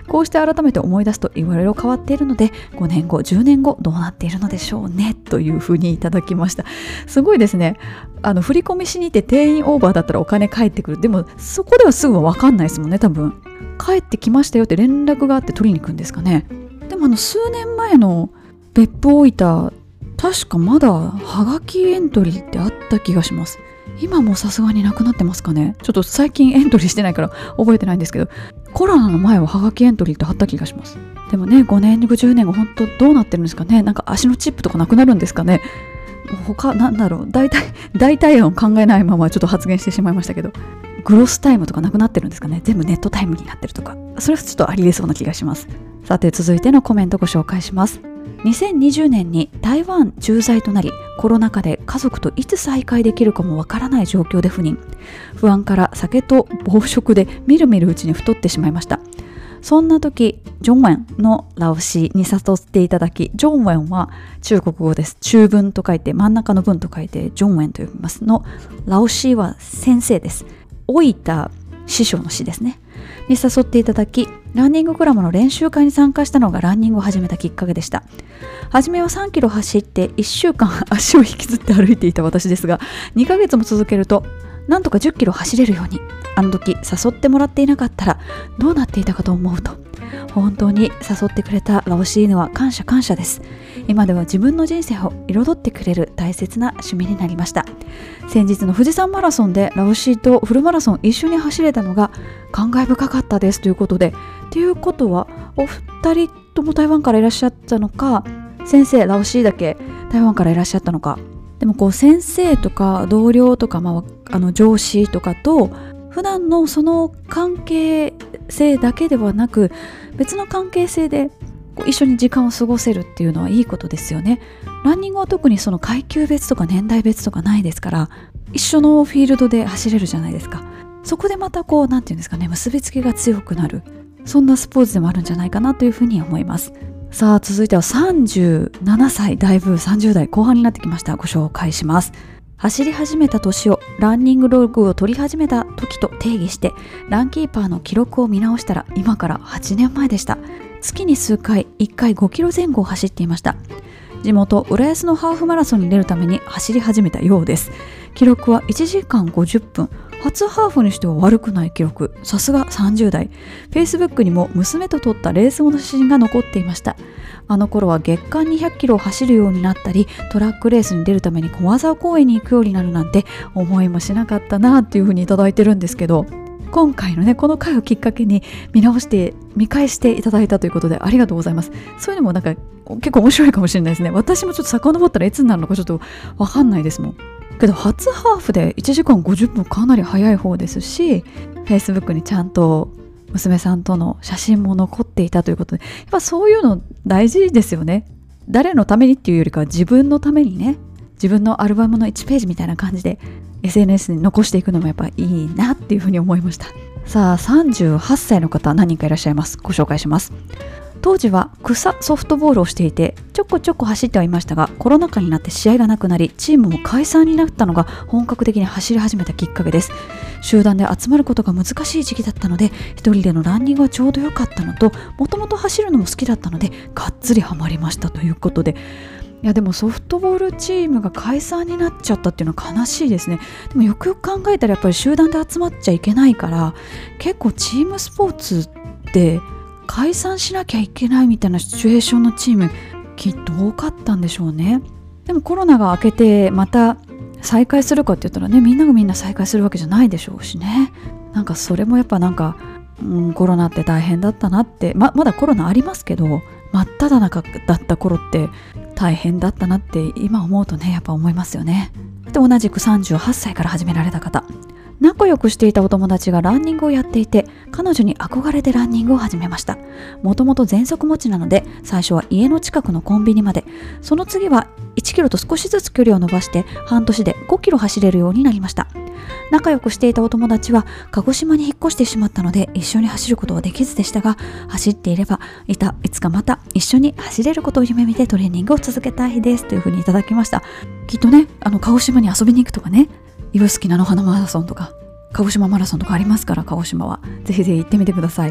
こうして改めて思い出すといろいろ変わっているので、ごねんごじゅうねんごどうなっているのでしょうねというふうにいただきました。すごいですね。あの振り込みしに行って定員オーバーだったらお金返ってくる。でもそこではすぐは分かんないですもんね。多分帰ってきましたよって連絡があって取りに行くんですかね。でもあの数年前の別府大分、確かまだハガキエントリーってあった気がします。今もさすがになくなってますかね。ちょっと最近エントリーしてないから覚えてないんですけど、コロナの前はハガキエントリーってあった気がします。でもね、ごねんごじゅうねんご本当どうなってるんですかね。なんか足のチップとかなくなるんですかね。他なんだろう、大体大体の考えないままちょっと発言してしまいましたけど、グロスタイムとかなくなってるんですかね。全部ネットタイムになってるとか、それはちょっとありえそうな気がします。さて続いてのコメントご紹介します。にせんにじゅうねんに台湾駐在となり、コロナ禍で家族といつ再会できるかもわからない状況で赴任。不安から酒と暴食でみるみるうちに太ってしまいました。そんな時、ジョンウェンのラオシに誘っていただき、ジョンウェンは中国語です。中文と書いて真ん中の文と書いてジョンウェンと呼びますの。ラオシは先生です。老いた師匠の師ですね。に誘っていただき、ランニングクラブの練習会に参加したのがランニングを始めたきっかけでした。初めはさんキロ走っていっしゅうかん足を引きずって歩いていた私ですが、にかげつも続けるとなんとかじゅっキロ走れるように。あの時誘ってもらっていなかったらどうなっていたかと思うと、本当に誘ってくれたラオシーヌは感謝感謝です。今では自分の人生を彩ってくれる大切な趣味になりました。先日の富士山マラソンでラオシーとフルマラソン一緒に走れたのが感慨深かったですということで、ということはお二人とも台湾からいらっしゃったのか、先生ラオシーだけ台湾からいらっしゃったのか。でもこう先生とか同僚とか、まあ、あの上司とかと普段のその関係性だけではなく、別の関係性でこう一緒に時間を過ごせるっていうのはいいことですよね。ランニングは特にその階級別とか年代別とかないですから、一緒のフィールドで走れるじゃないですか。そこでまたこうなんていうんですかね、結びつきが強くなる、そんなスポーツでもあるんじゃないかなというふうに思います。さあ続いてはさんじゅうななさい、だいぶさんじゅう代後半になってきました。ご紹介します。走り始めた年をランニングログを取り始めた時と定義してランキーパーの記録を見直したら、今からはちねんまえでした。月に数回いっかいごキロぜん後を走っていました。地元浦安のハーフマラソンに出るために走り始めたようです。記録はいちじかんごじゅっぷん、初ハーフにしては悪くない記録。さすがさんじゅう代。 Facebook にも娘と撮ったレース後の写真が残っていました。あの頃は月間にひゃくキロを走るようになったり、トラックレースに出るために駒沢公園に行くようになるなんて思いもしなかったなっていう風にいただいてるんですけど、今回のねこの回をきっかけに見直して見返していただいたということでありがとうございます。そういうのもなんか結構面白いかもしれないですね。私もちょっと遡ったらいつになるのかちょっとわかんないですもん。けど初ハーフでいちじかんごじゅっぷんかなり早い方ですし、 Facebook にちゃんと娘さんとの写真も残っていたということで、やっぱそういうの大事ですよね。誰のためにっていうよりか自分のためにね、自分のアルバムのいちページみたいな感じで エスエヌエス に残していくのもやっぱいいなっていうふうに思いました。さあさんじゅうはっさいの方何人かいらっしゃいます。ご紹介します。当時は草ソフトボールをしていてちょこちょこ走ってはいましたが、コロナ禍になって試合がなくなりチームも解散になったのが本格的に走り始めたきっかけです。集団で集まることが難しい時期だったので、一人でのランニングはちょうど良かったのと、もともと走るのも好きだったのでがっつりハマりましたということで、いやでもソフトボールチームが解散になっちゃったっていうのは悲しいですね。でもよくよく考えたらやっぱり集団で集まっちゃいけないから、結構チームスポーツって解散しなきゃいけないみたいなシチュエーションのチームきっと多かったんでしょうね。でもコロナが明けてまた再開するかって言ったらね、みんながみんな再開するわけじゃないでしょうしね。なんかそれもやっぱなんか、うん、コロナって大変だったなって、 ま, まだコロナありますけど、真っ只中だった頃って大変だったなって今思うとね、やっぱ思いますよね。で同じくさんじゅうはっさいから始められた方、仲良くしていたお友達がランニングをやっていて、彼女に憧れてランニングを始めました。もともと喘息持ちなので、最初は家の近くのコンビニまで、その次はいちキロと少しずつ距離を伸ばして半年でごキロ走れるようになりました。仲良くしていたお友達は鹿児島に引っ越してしまったので一緒に走ることはできずでしたが、走っていればいたいつかまた一緒に走れることを夢見てトレーニングを続けたいですというふうにいただきました。きっとね、あの鹿児島に遊びに行くとかね、指宿菜の花マラソンとか鹿児島マラソンとかありますから、鹿児島はぜひぜひ行ってみてください。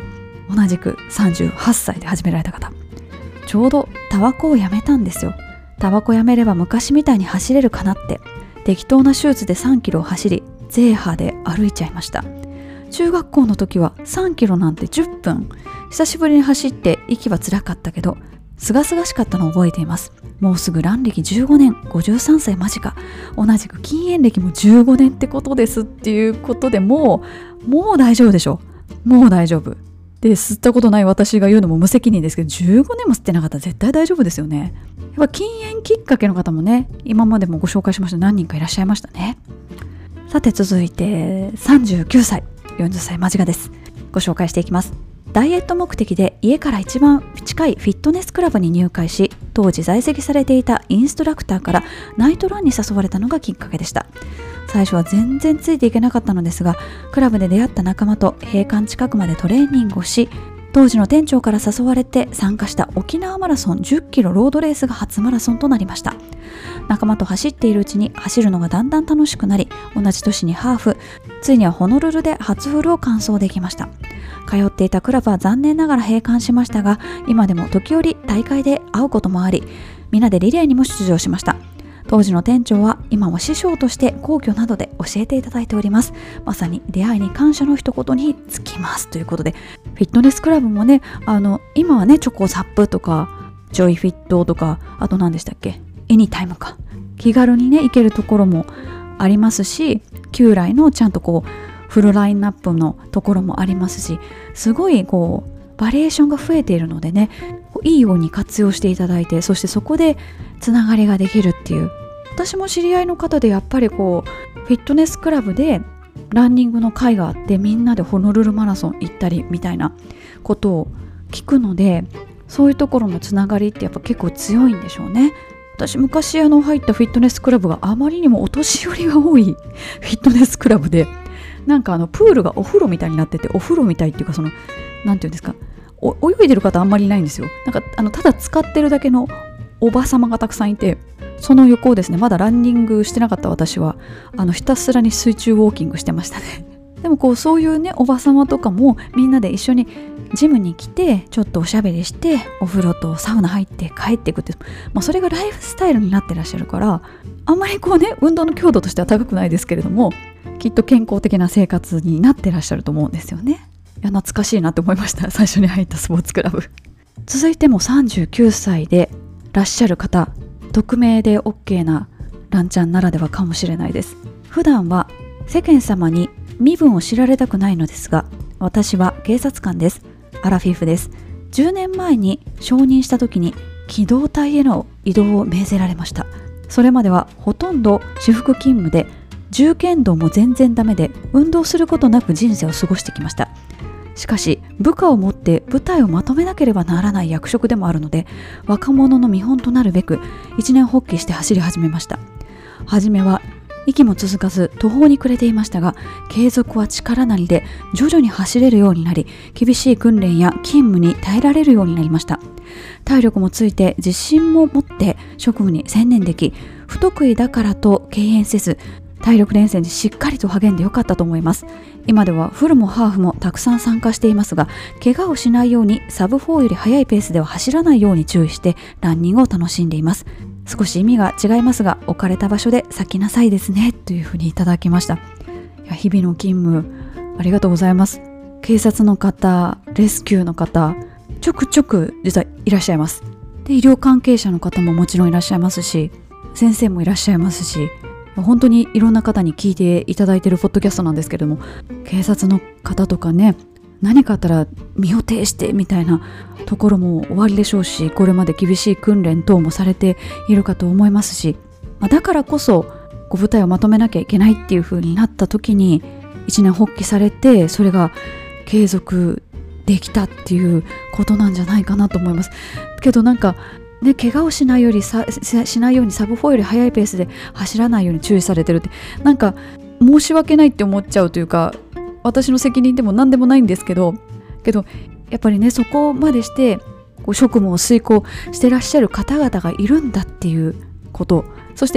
同じくさんじゅうはっさいで始められた方、ちょうどタバコをやめたんですよ。タバコやめれば昔みたいに走れるかなって、適当なシューズでさんキロ走り、ゼーハで歩いちゃいました。中学校の時はさんキロなんてじゅっぷん、久しぶりに走って息は辛かったけどすがすがしかったのを覚えています。もうすぐラン歴じゅうごねん、ごじゅうさんさい間近、同じく禁煙歴もじゅうごねんってことですっていうことで、もうもう大丈夫でしょ。もう大丈夫で、吸ったことない私が言うのも無責任ですけど、じゅうごねんも吸ってなかったら絶対大丈夫ですよね。やっぱ禁煙きっかけの方もね、今までもご紹介しました何人かいらっしゃいましたね。さて続いてさんじゅうきゅうさい、よんじゅっさい間近です。ご紹介していきます。ダイエット目的で家から一番近いフィットネスクラブに入会し、当時在籍されていたインストラクターからナイトランに誘われたのがきっかけでした。最初は全然ついていけなかったのですが、クラブで出会った仲間と閉館近くまでトレーニングをし、当時の店長から誘われて参加した沖縄マラソンじゅっキロロードレースが初マラソンとなりました。仲間と走っているうちに走るのがだんだん楽しくなり、同じ年にハーフ、ついにはホノルルで初フルを完走できました。通っていたクラブは残念ながら閉館しましたが、今でも時折大会で会うこともあり、みんなでリレーにも出場しました。当時の店長は今も師匠として皇居などで教えていただいております。まさに出会いに感謝の一言につきますということで、フィットネスクラブもね、あの今はねチョコザップとかジョイフィットとか、あと何でしたっけ、エニタイムか、気軽にね行けるところもありますし、旧来のちゃんとこうフルラインナップのところもありますし、すごいこうバリエーションが増えているのでね、いいように活用していただいて、そしてそこでつながりができるっていう。私も知り合いの方でやっぱりこうフィットネスクラブでランニングの会があって、みんなでホノルルマラソン行ったりみたいなことを聞くので、そういうところのつながりってやっぱ結構強いんでしょうね。私昔あの入ったフィットネスクラブがあまりにもお年寄りが多いフィットネスクラブで、なんかあのプールがお風呂みたいになってて、お風呂みたいっていうか、そのなんていうんですか、お泳いでる方あんまりいないんですよ。なんかあのただ使ってるだけのおばさまがたくさんいて、その横をですね、まだランニングしてなかった私はあのひたすらに水中ウォーキングしてましたね。でもこうそういうねおばさまとかもみんなで一緒にジムに来て、ちょっとおしゃべりして、お風呂とサウナ入って帰っていくって、まあ、それがライフスタイルになってらっしゃるから、あんまりこうね運動の強度としては高くないですけれども、きっと健康的な生活になってらっしゃると思うんですよね。いや懐かしいなと思いました、最初に入ったスポーツクラブ。続いてもさんじゅうきゅうさいでらっしゃる方、匿名で OK なランちゃんならではかもしれないです。普段は世間様に身分を知られたくないのですが、私は警察官です。アラフィフです。じゅうねんまえに承認した時に機動隊への移動を命ぜられました。それまではほとんど私服勤務で、銃剣道も全然ダメで、運動することなく人生を過ごしてきました。しかし部下を持って部隊をまとめなければならない役職でもあるので、若者の見本となるべく一年発起して走り始めました。はじめは息も続かず途方に暮れていましたが、継続は力なりで徐々に走れるようになり、厳しい訓練や勤務に耐えられるようになりました。体力もついて自信も持って職務に専念でき、不得意だからと敬遠せず、体力連戦にしっかりと励んでよかったと思います。今ではフルもハーフもたくさん参加していますが、怪我をしないようにサブフォーより速いペースでは走らないように注意してランニングを楽しんでいます。少し意味が違いますが、置かれた場所で咲きなさいですね、というふうにいただきました。いや日々の勤務ありがとうございます。警察の方、レスキューの方、ちょくちょく実はいらっしゃいます。で医療関係者の方ももちろんいらっしゃいますし、先生もいらっしゃいますし、本当にいろんな方に聞いていただいているポッドキャストなんですけれども、警察の方とかね、何かあったら身を挺してみたいなところも終わりでしょうし、これまで厳しい訓練等もされているかと思いますし、まあ、だからこそご部隊をまとめなきゃいけないっていう風になった時に一年発起されて、それが継続できたっていうことなんじゃないかなと思います。けどなんかね、怪我をしないよりさしないようにサブフォーより速いペースで走らないように注意されてるって、なんか申し訳ないって思っちゃうというか、私の責任でも何でもないんですけどけどやっぱりね、そこまでしてこう職務を遂行してらっしゃる方々がいるんだっていうこと、そして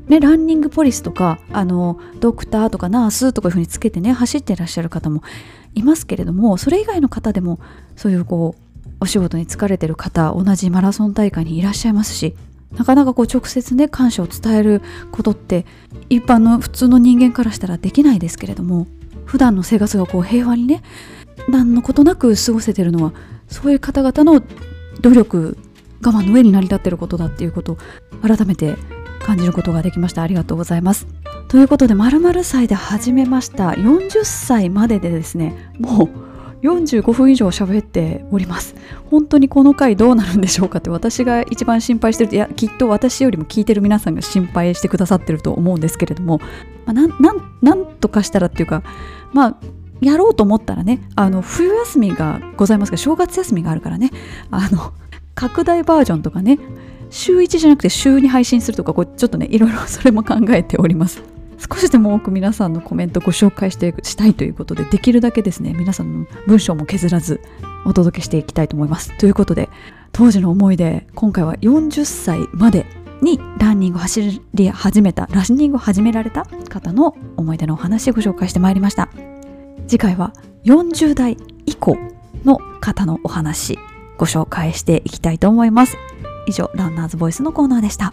ね、ランニングポリスとかあのドクターとかナースとかいうふうにつけてね走ってらっしゃる方もいますけれども、それ以外の方でもそういうこうお仕事に疲れてる方、同じマラソン大会にいらっしゃいますし、なかなかこう直接ね感謝を伝えることって一般の普通の人間からしたらできないですけれども、普段の生活がこう平和にね何のことなく過ごせてるのはそういう方々の努力我慢の上に成り立っていることだっていうことを改めて感じることができました。ありがとうございます。ということで、〇〇歳で始めましたよんじゅっさいまででですね、もうよんじゅうごふん以上喋っております。本当にこの回どうなるんでしょうかって私が一番心配してる、いやきっと私よりも聞いてる皆さんが心配してくださってると思うんですけれども、まあ、なん、なん、なんとかしたらっていうか、まあやろうと思ったらね、あの冬休みがございますが、正月休みがあるからね、あの拡大バージョンとかね、週いちじゃなくて週に配信するとか、こうちょっとねいろいろそれも考えております。少しでも多く皆さんのコメントをご紹介してしたいということで、できるだけですね皆さんの文章も削らずお届けしていきたいと思います。ということで、当時の思い出、今回はよんじゅっさいまでにランニングを走り始めたランニングを始められた方の思い出のお話をご紹介してまいりました。次回はよんじゅうだい以降の方のお話ご紹介していきたいと思います。以上、ランナーズボイスのコーナーでした。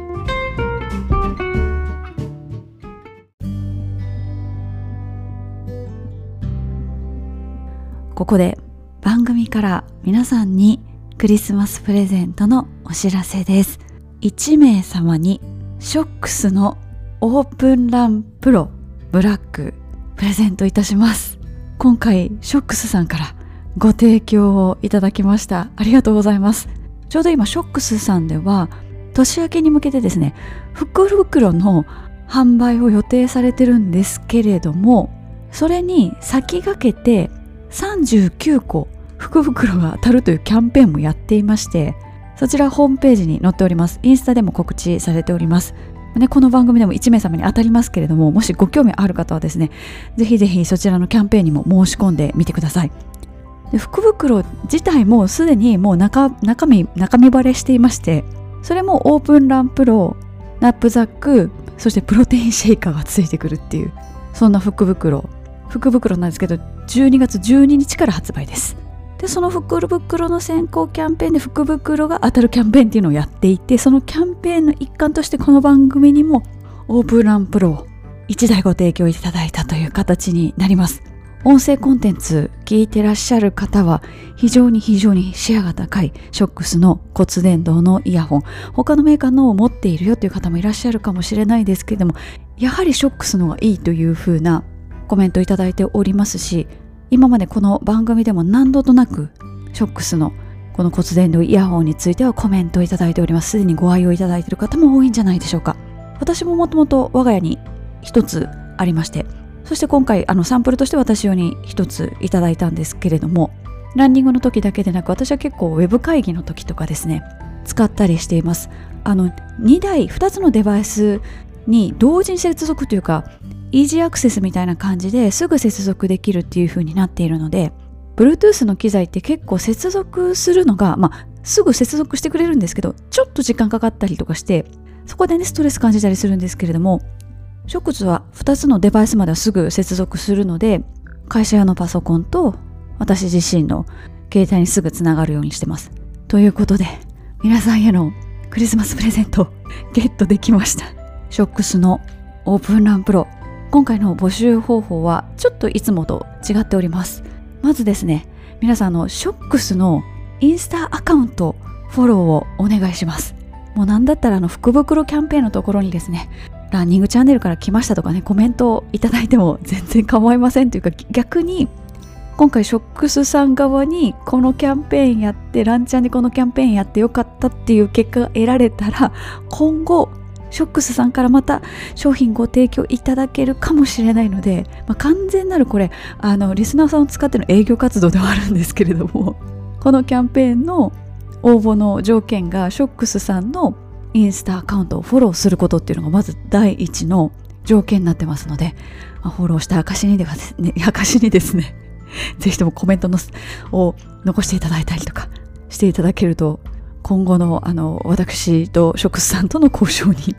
ここで番組から皆さんにクリスマスプレゼントのお知らせです。いちめい様にショックスのオープンランプロブラックプレゼントいたします。今回ショックスさんからご提供をいただきました。ありがとうございます。ちょうど今ショックスさんでは年明けに向けてですね、福袋の販売を予定されてるんですけれども、それに先駆けてさんじゅうきゅうこ福袋が当たるというキャンペーンもやっていまして、そちらホームページに載っております。インスタでも告知されております。ね、この番組でもいちめい様に当たりますけれども、もしご興味ある方はですね、ぜひぜひそちらのキャンペーンにも申し込んでみてください。で、福袋自体もすでにもう 中, 中身中身バレしていまして、それもオープンランプロ、ナップザック、そしてプロテインシェイカーがついてくるっていう、そんな福袋福袋なんですけど、じゅうにがつじゅうににちから発売です。で、その福袋の先行キャンペーンで福袋が当たるキャンペーンっていうのをやっていて、そのキャンペーンの一環としてこの番組にもオープンランプロをいちだいご提供いただいたという形になります。音声コンテンツ聞いてらっしゃる方は非常に非常にシェアが高いショックスの骨伝導のイヤホン、他のメーカーのを持っているよという方もいらっしゃるかもしれないですけれども、やはりショックスのがいいという風なコメントいただいておりますし、今までこの番組でも何度となくショックスのこの骨伝導イヤホンについてはコメントいただいております。すでにご愛用いただいている方も多いんじゃないでしょうか。私ももともと我が家に一つありまして、そして今回あのサンプルとして私用に一ついただいたんですけれども、ランニングの時だけでなく、私は結構ウェブ会議の時とかですね使ったりしています。あのにだいふたつのデバイスに同時に接続というか、イージーアクセスみたいな感じですぐ接続できるっていう風になっているので、 Bluetooth の機材って結構接続するのが、まあすぐ接続してくれるんですけど、ちょっと時間かかったりとかして、そこでねストレス感じたりするんですけれども、ショックスはふたつのデバイスまではすぐ接続するので、会社用のパソコンと私自身の携帯にすぐつながるようにしてます。ということで、皆さんへのクリスマスプレゼントゲットできました。ショックスのオープンランプロ、今回の募集方法はちょっといつもと違っております。まずですね、皆さんのショックスのインスタアカウントフォローをお願いします。もうなんだったらあの福袋キャンペーンのところにですね、ランニングチャンネルから来ましたとかね、コメントをいただいても全然構いませんというか、逆に今回ショックスさん側にこのキャンペーンやって、ランチャンでこのキャンペーンやってよかったっていう結果が得られたら、今後ショックスさんからまた商品ご提供いただけるかもしれないので、まあ、完全なるこれあのリスナーさんを使っての営業活動ではあるんですけれども、このキャンペーンの応募の条件がショックスさんのインスタアカウントをフォローすることっていうのがまず第一の条件になってますので、まあ、フォローした証にではですね、証にですねぜひともコメントのを残していただいたりとかしていただけると、今後のあの私とショックスさんとの交渉に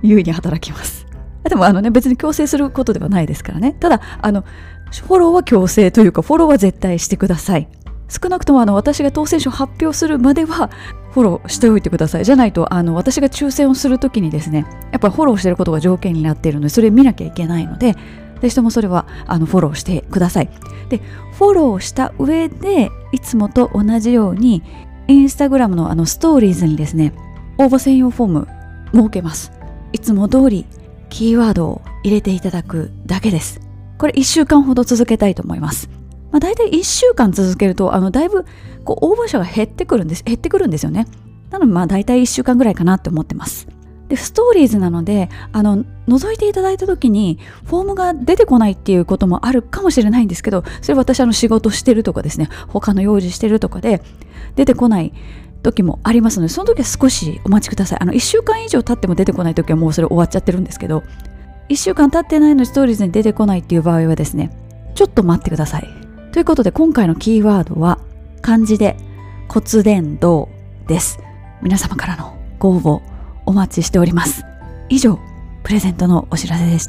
優位に働きます。でもあのね、別に強制することではないですからね。ただあのフォローは強制というか、フォローは絶対してください。少なくともあの私が当選者を発表するまではフォローしておいてください。じゃないとあの私が抽選をするときにですね、やっぱりフォローしていることが条件になっているので、それ見なきゃいけないので、ぜひともそれはあのフォローしてください。でフォローした上で、いつもと同じようにインスタグラムのあのストーリーズにですね、応募専用フォーム設けます。いつも通りキーワードを入れていただくだけです。これいっしゅうかんほど続けたいと思います。まあ、大体いっしゅうかん続けるとあのだいぶこう応募者が減ってくるんです減ってくるんですよね。なのでまあ大体いっしゅうかんぐらいかなって思ってます。でストーリーズなので、あの覗いていただいた時にフォームが出てこないっていうこともあるかもしれないんですけど、それは私あの仕事してるとかですね、他の用事してるとかで出てこない時もありますので、その時は少しお待ちください。あのいっしゅうかん以上経っても出てこない時はもうそれ終わっちゃってるんですけど、いっしゅうかん経ってないのにストーリーズに出てこないっていう場合はですね、ちょっと待ってください。ということで今回のキーワードは漢字で骨伝導です。皆様からのご応募お待ちしております。以上、プレゼントのお知らせでした。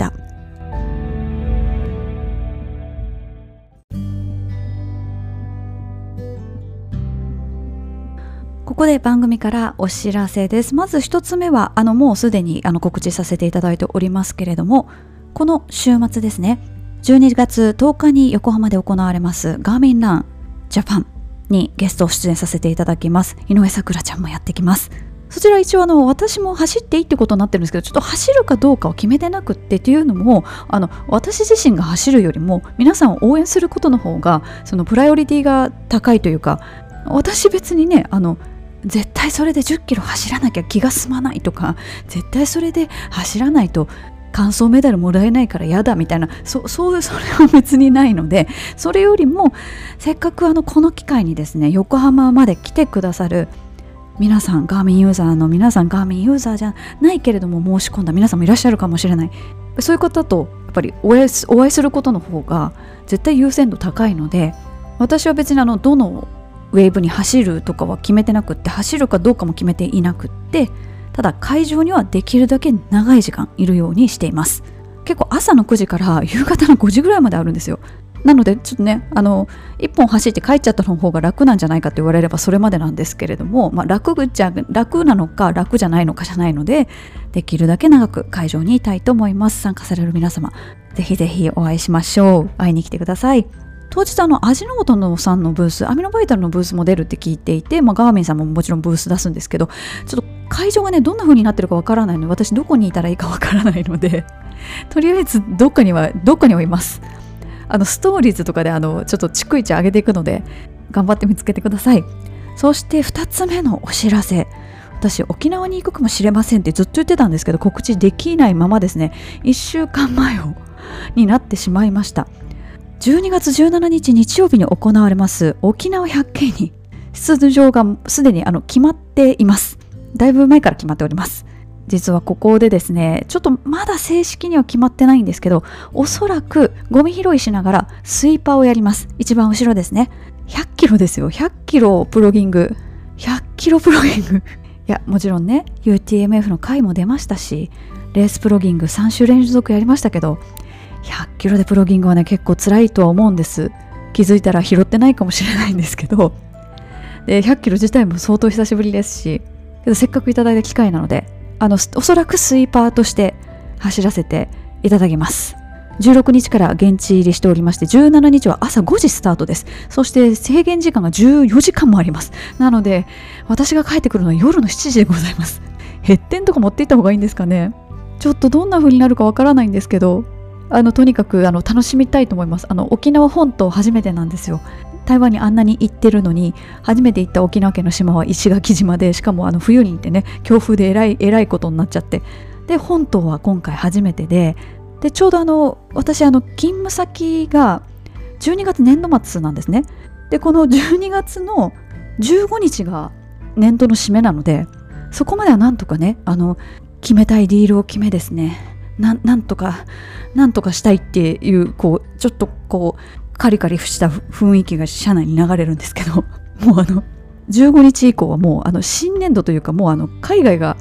ここで番組からお知らせです。まず一つ目はあのもうすでにあの告知させていただいておりますけれども、この週末ですね、じゅうにがつとおかに横浜で行われますガーミンランジャパンにゲスト出演させていただきます。井上咲楽ちゃんもやってきます。そちら一応あの私も走っていいってことになってるんですけど、ちょっと走るかどうかを決めてなくってっていうのも、あの私自身が走るよりも皆さんを応援することの方がそのプライオリティが高いというか、私別にね、あの絶対それでじゅっキロ走らなきゃ気が済まないとか、絶対それで走らないと完走メダルもらえないから嫌だみたいな、そそうそれは別にないので、それよりもせっかくあのこの機会にですね、横浜まで来てくださる皆さん、ガーミンユーザーの皆さん、ガーミンユーザーじゃないけれども申し込んだ皆さんもいらっしゃるかもしれない。そういう方とやっぱりお会いす、お会いすることの方が絶対優先度高いので、私は別にあのどのウェーブに走るとかは決めてなくって、走るかどうかも決めていなくって、ただ会場にはできるだけ長い時間いるようにしています。結構朝のくじから夕方のごじぐらいまであるんですよ。なのでちょっとね、あのいっぽん走って帰っちゃったの方が楽なんじゃないかって言われればそれまでなんですけれども、まあ、楽じゃ楽なのか楽じゃないのかじゃないので、できるだけ長く会場にいたいと思います。参加される皆様、ぜひぜひお会いしましょう。会いに来てください。当日あの味の素のさんのブース、アミノバイタルのブースも出るって聞いていて、まあ、ガーミンさんももちろんブース出すんですけど、ちょっと会場がねどんな風になってるかわからないので、私どこにいたらいいかわからないのでとりあえずどっかにはどっかにはいます。あのストーリーズとかであのちょっと逐一上げていくので頑張って見つけてください。そしてふたつめのお知らせ、私沖縄に行くかもしれませんってずっと言ってたんですけど、告知できないままですね、いっしゅうかんまえをになってしまいました。じゅうにがつじゅうしちにち日曜日に行われます沖縄百景に出場がすでにあの決まっています。だいぶ前から決まっております。実はここでですね、ちょっとまだ正式には決まってないんですけど、おそらくゴミ拾いしながらスイーパーをやります。一番後ろですね。ひゃっキロですよ。ひゃっキロプロギング。ひゃっキロプロギング。いや、もちろんね、ユーティーエムエフ の回も出ましたし、レースプロギングさん週連続やりましたけど、ひゃっキロでプロギングはね、結構辛いとは思うんです。気づいたら拾ってないかもしれないんですけど、でひゃっキロ自体も相当久しぶりですし、けどせっかくいただいた機会なので、あのおそらくスイーパーとして走らせていただきます。じゅうろくにちから現地入りしておりまして、じゅうしちにちは朝ごじスタートです。そして制限時間がじゅうよじかんもあります。なので私が帰ってくるのは夜のしちじでございます。ヘッテンとか持っていった方がいいんですかね。ちょっとどんな風になるかわからないんですけど、あのとにかくあの楽しみたいと思います。あの沖縄本島初めてなんですよ。台湾にあんなに行ってるのに、初めて行った沖縄県の島は石垣島で、しかもあの冬に行ってね、強風でえらいえらいことになっちゃって、で本島は今回初めてで、でちょうどあの私あの勤務先がじゅうにがつ年度末なんですね。でこのじゅうにがつのじゅうごにちが年度の締めなので、そこまではなんとかね、あの決めたいディールを決めですね、な, なんとかなんとかしたいっていう、こうちょっとこうカリカリした雰囲気が社内に流れるんですけど、もうあのじゅうごにち以降はもうあの新年度というか、もうあの海外が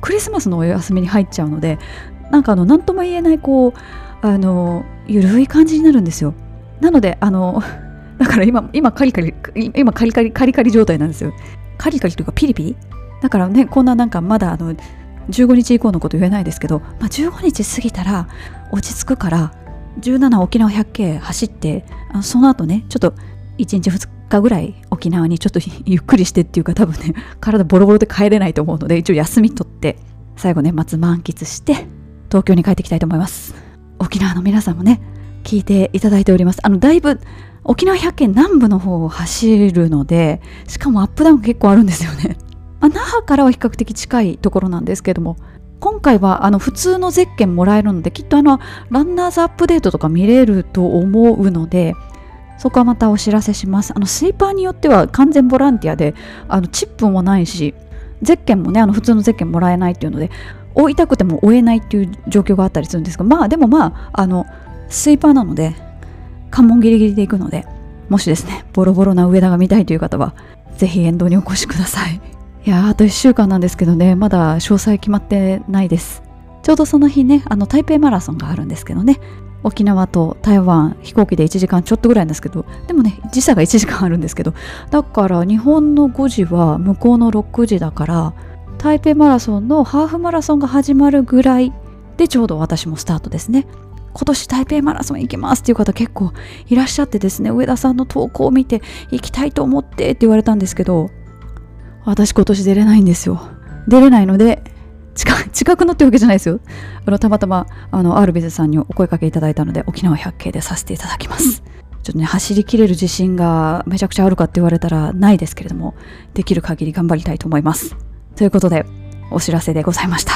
クリスマスのお休みに入っちゃうので、なんかあの何とも言えないこうあのゆるい感じになるんですよ。なのであのだから今今カリカリ今カリカリカリカリ状態なんですよ。カリカリというかピリピリだからね、こんななんかまだあのじゅうごにち以降のこと言えないですけど、まあ、じゅうごにち過ぎたら落ち着くから、じゅうなな沖縄百景走って、あのその後ねちょっといちにちふつかぐらい沖縄にちょっとゆっくりしてっていうか、多分ね体ボロボロで帰れないと思うので、一応休み取って最後年末満喫して東京に帰ってきたいと思います。沖縄の皆さんもね聞いていただいております。あのだいぶ沖縄百景南部の方を走るので、しかもアップダウン結構あるんですよね。まあ、那覇からは比較的近いところなんですけども、今回はあの普通のゼッケンもらえるので、きっとあのランナーズアップデートとか見れると思うので、そこはまたお知らせします。あのスイーパーによっては完全ボランティアで、あのチップもないし、ゼッケンもねあの普通のゼッケンもらえないっていうので、追いたくても追えないっていう状況があったりするんですが、まあでもまああのスイーパーなので関門ギリギリで行くので、もしですねボロボロな上田が見たいという方はぜひ沿道にお越しください。いやー、あといっしゅうかんなんですけどね、まだ詳細決まってないです。ちょうどその日ねあの台北マラソンがあるんですけどね、沖縄と台湾飛行機でいちじかんちょっとぐらいなんですけど、でもね時差がいちじかんあるんですけど、だから日本のごじは向こうのろくじだから、台北マラソンのハーフマラソンが始まるぐらいでちょうど私もスタートですね。今年台北マラソン行きますっていう方結構いらっしゃってですね、上田さんの投稿を見て行きたいと思ってって言われたんですけど、私今年出れないんですよ。出れないので、近, 近くのってわけじゃないですよ。あのたまたまあのアールビズさんにお声かけいただいたので、沖縄百景でさせていただきます。ちょっとね走りきれる自信がめちゃくちゃあるかって言われたらないですけれども、できる限り頑張りたいと思います。ということでお知らせでございました。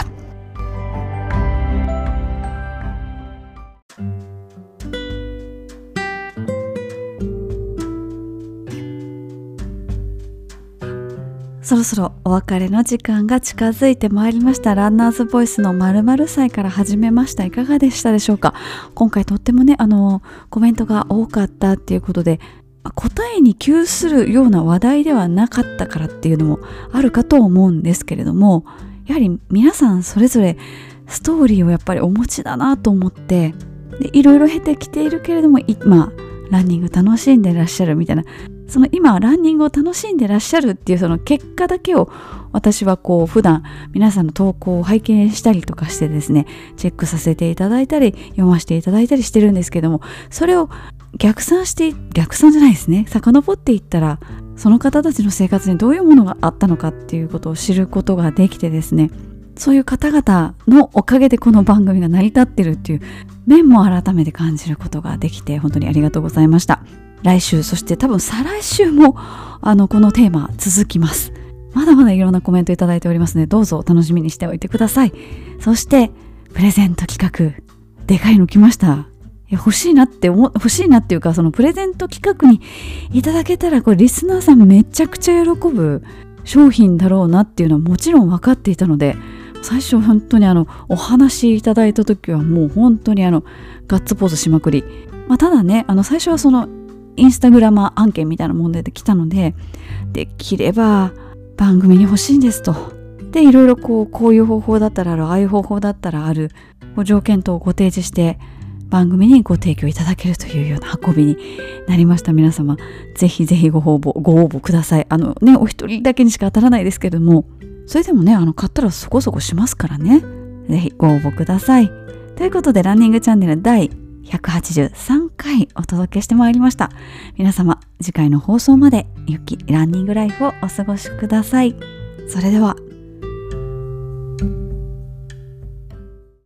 そろそろお別れの時間が近づいてまいりました。ランナーズボイスの〇〇祭から始めました。いかがでしたでしょうか。今回とってもねあのコメントが多かったっていうことで、答えに窮するような話題ではなかったからっていうのもあるかと思うんですけれども、やはり皆さんそれぞれストーリーをやっぱりお持ちだなと思って、でいろいろ経てきているけれども今ランニング楽しんでらっしゃるみたいな、その今ランニングを楽しんでらっしゃるっていうその結果だけを私はこう普段皆さんの投稿を拝見したりとかしてですね、チェックさせていただいたり読ませていただいたりしてるんですけども、それを逆算して逆算じゃないですね遡っていったら、その方たちの生活にどういうものがあったのかっていうことを知ることができてですね、そういう方々のおかげでこの番組が成り立ってるっていう面も改めて感じることができて、本当にありがとうございました。来週、そして多分再来週もあのこのテーマ続きます。まだまだいろんなコメントいただいておりますので、どうぞ楽しみにしておいてください。そしてプレゼント企画でかいの来ました。いや欲しいなって思欲しいなっていうか、そのプレゼント企画にいただけたらこれリスナーさんめちゃくちゃ喜ぶ商品だろうなっていうのはもちろん分かっていたので、最初本当にあのお話いただいた時はもう本当にあのガッツポーズしまくり、まあ、ただねあの最初はそのインスタグラマー案件みたいな問題で来たので、できれば番組に欲しいんですと、でいろいろこうこういう方法だったらある、ああいう方法だったらある、こう条件等をご提示して番組にご提供いただけるというような運びになりました。皆様ぜひぜひご応募ご応募ください。あのねお一人だけにしか当たらないですけども、それでもねあの買ったらそこそこしますからね、ぜひご応募ください。ということでランニングチャンネル第ひゃくはちじゅうさんかいお届けしてまいりました。皆様次回の放送まで良きランニングライフをお過ごしください。それでは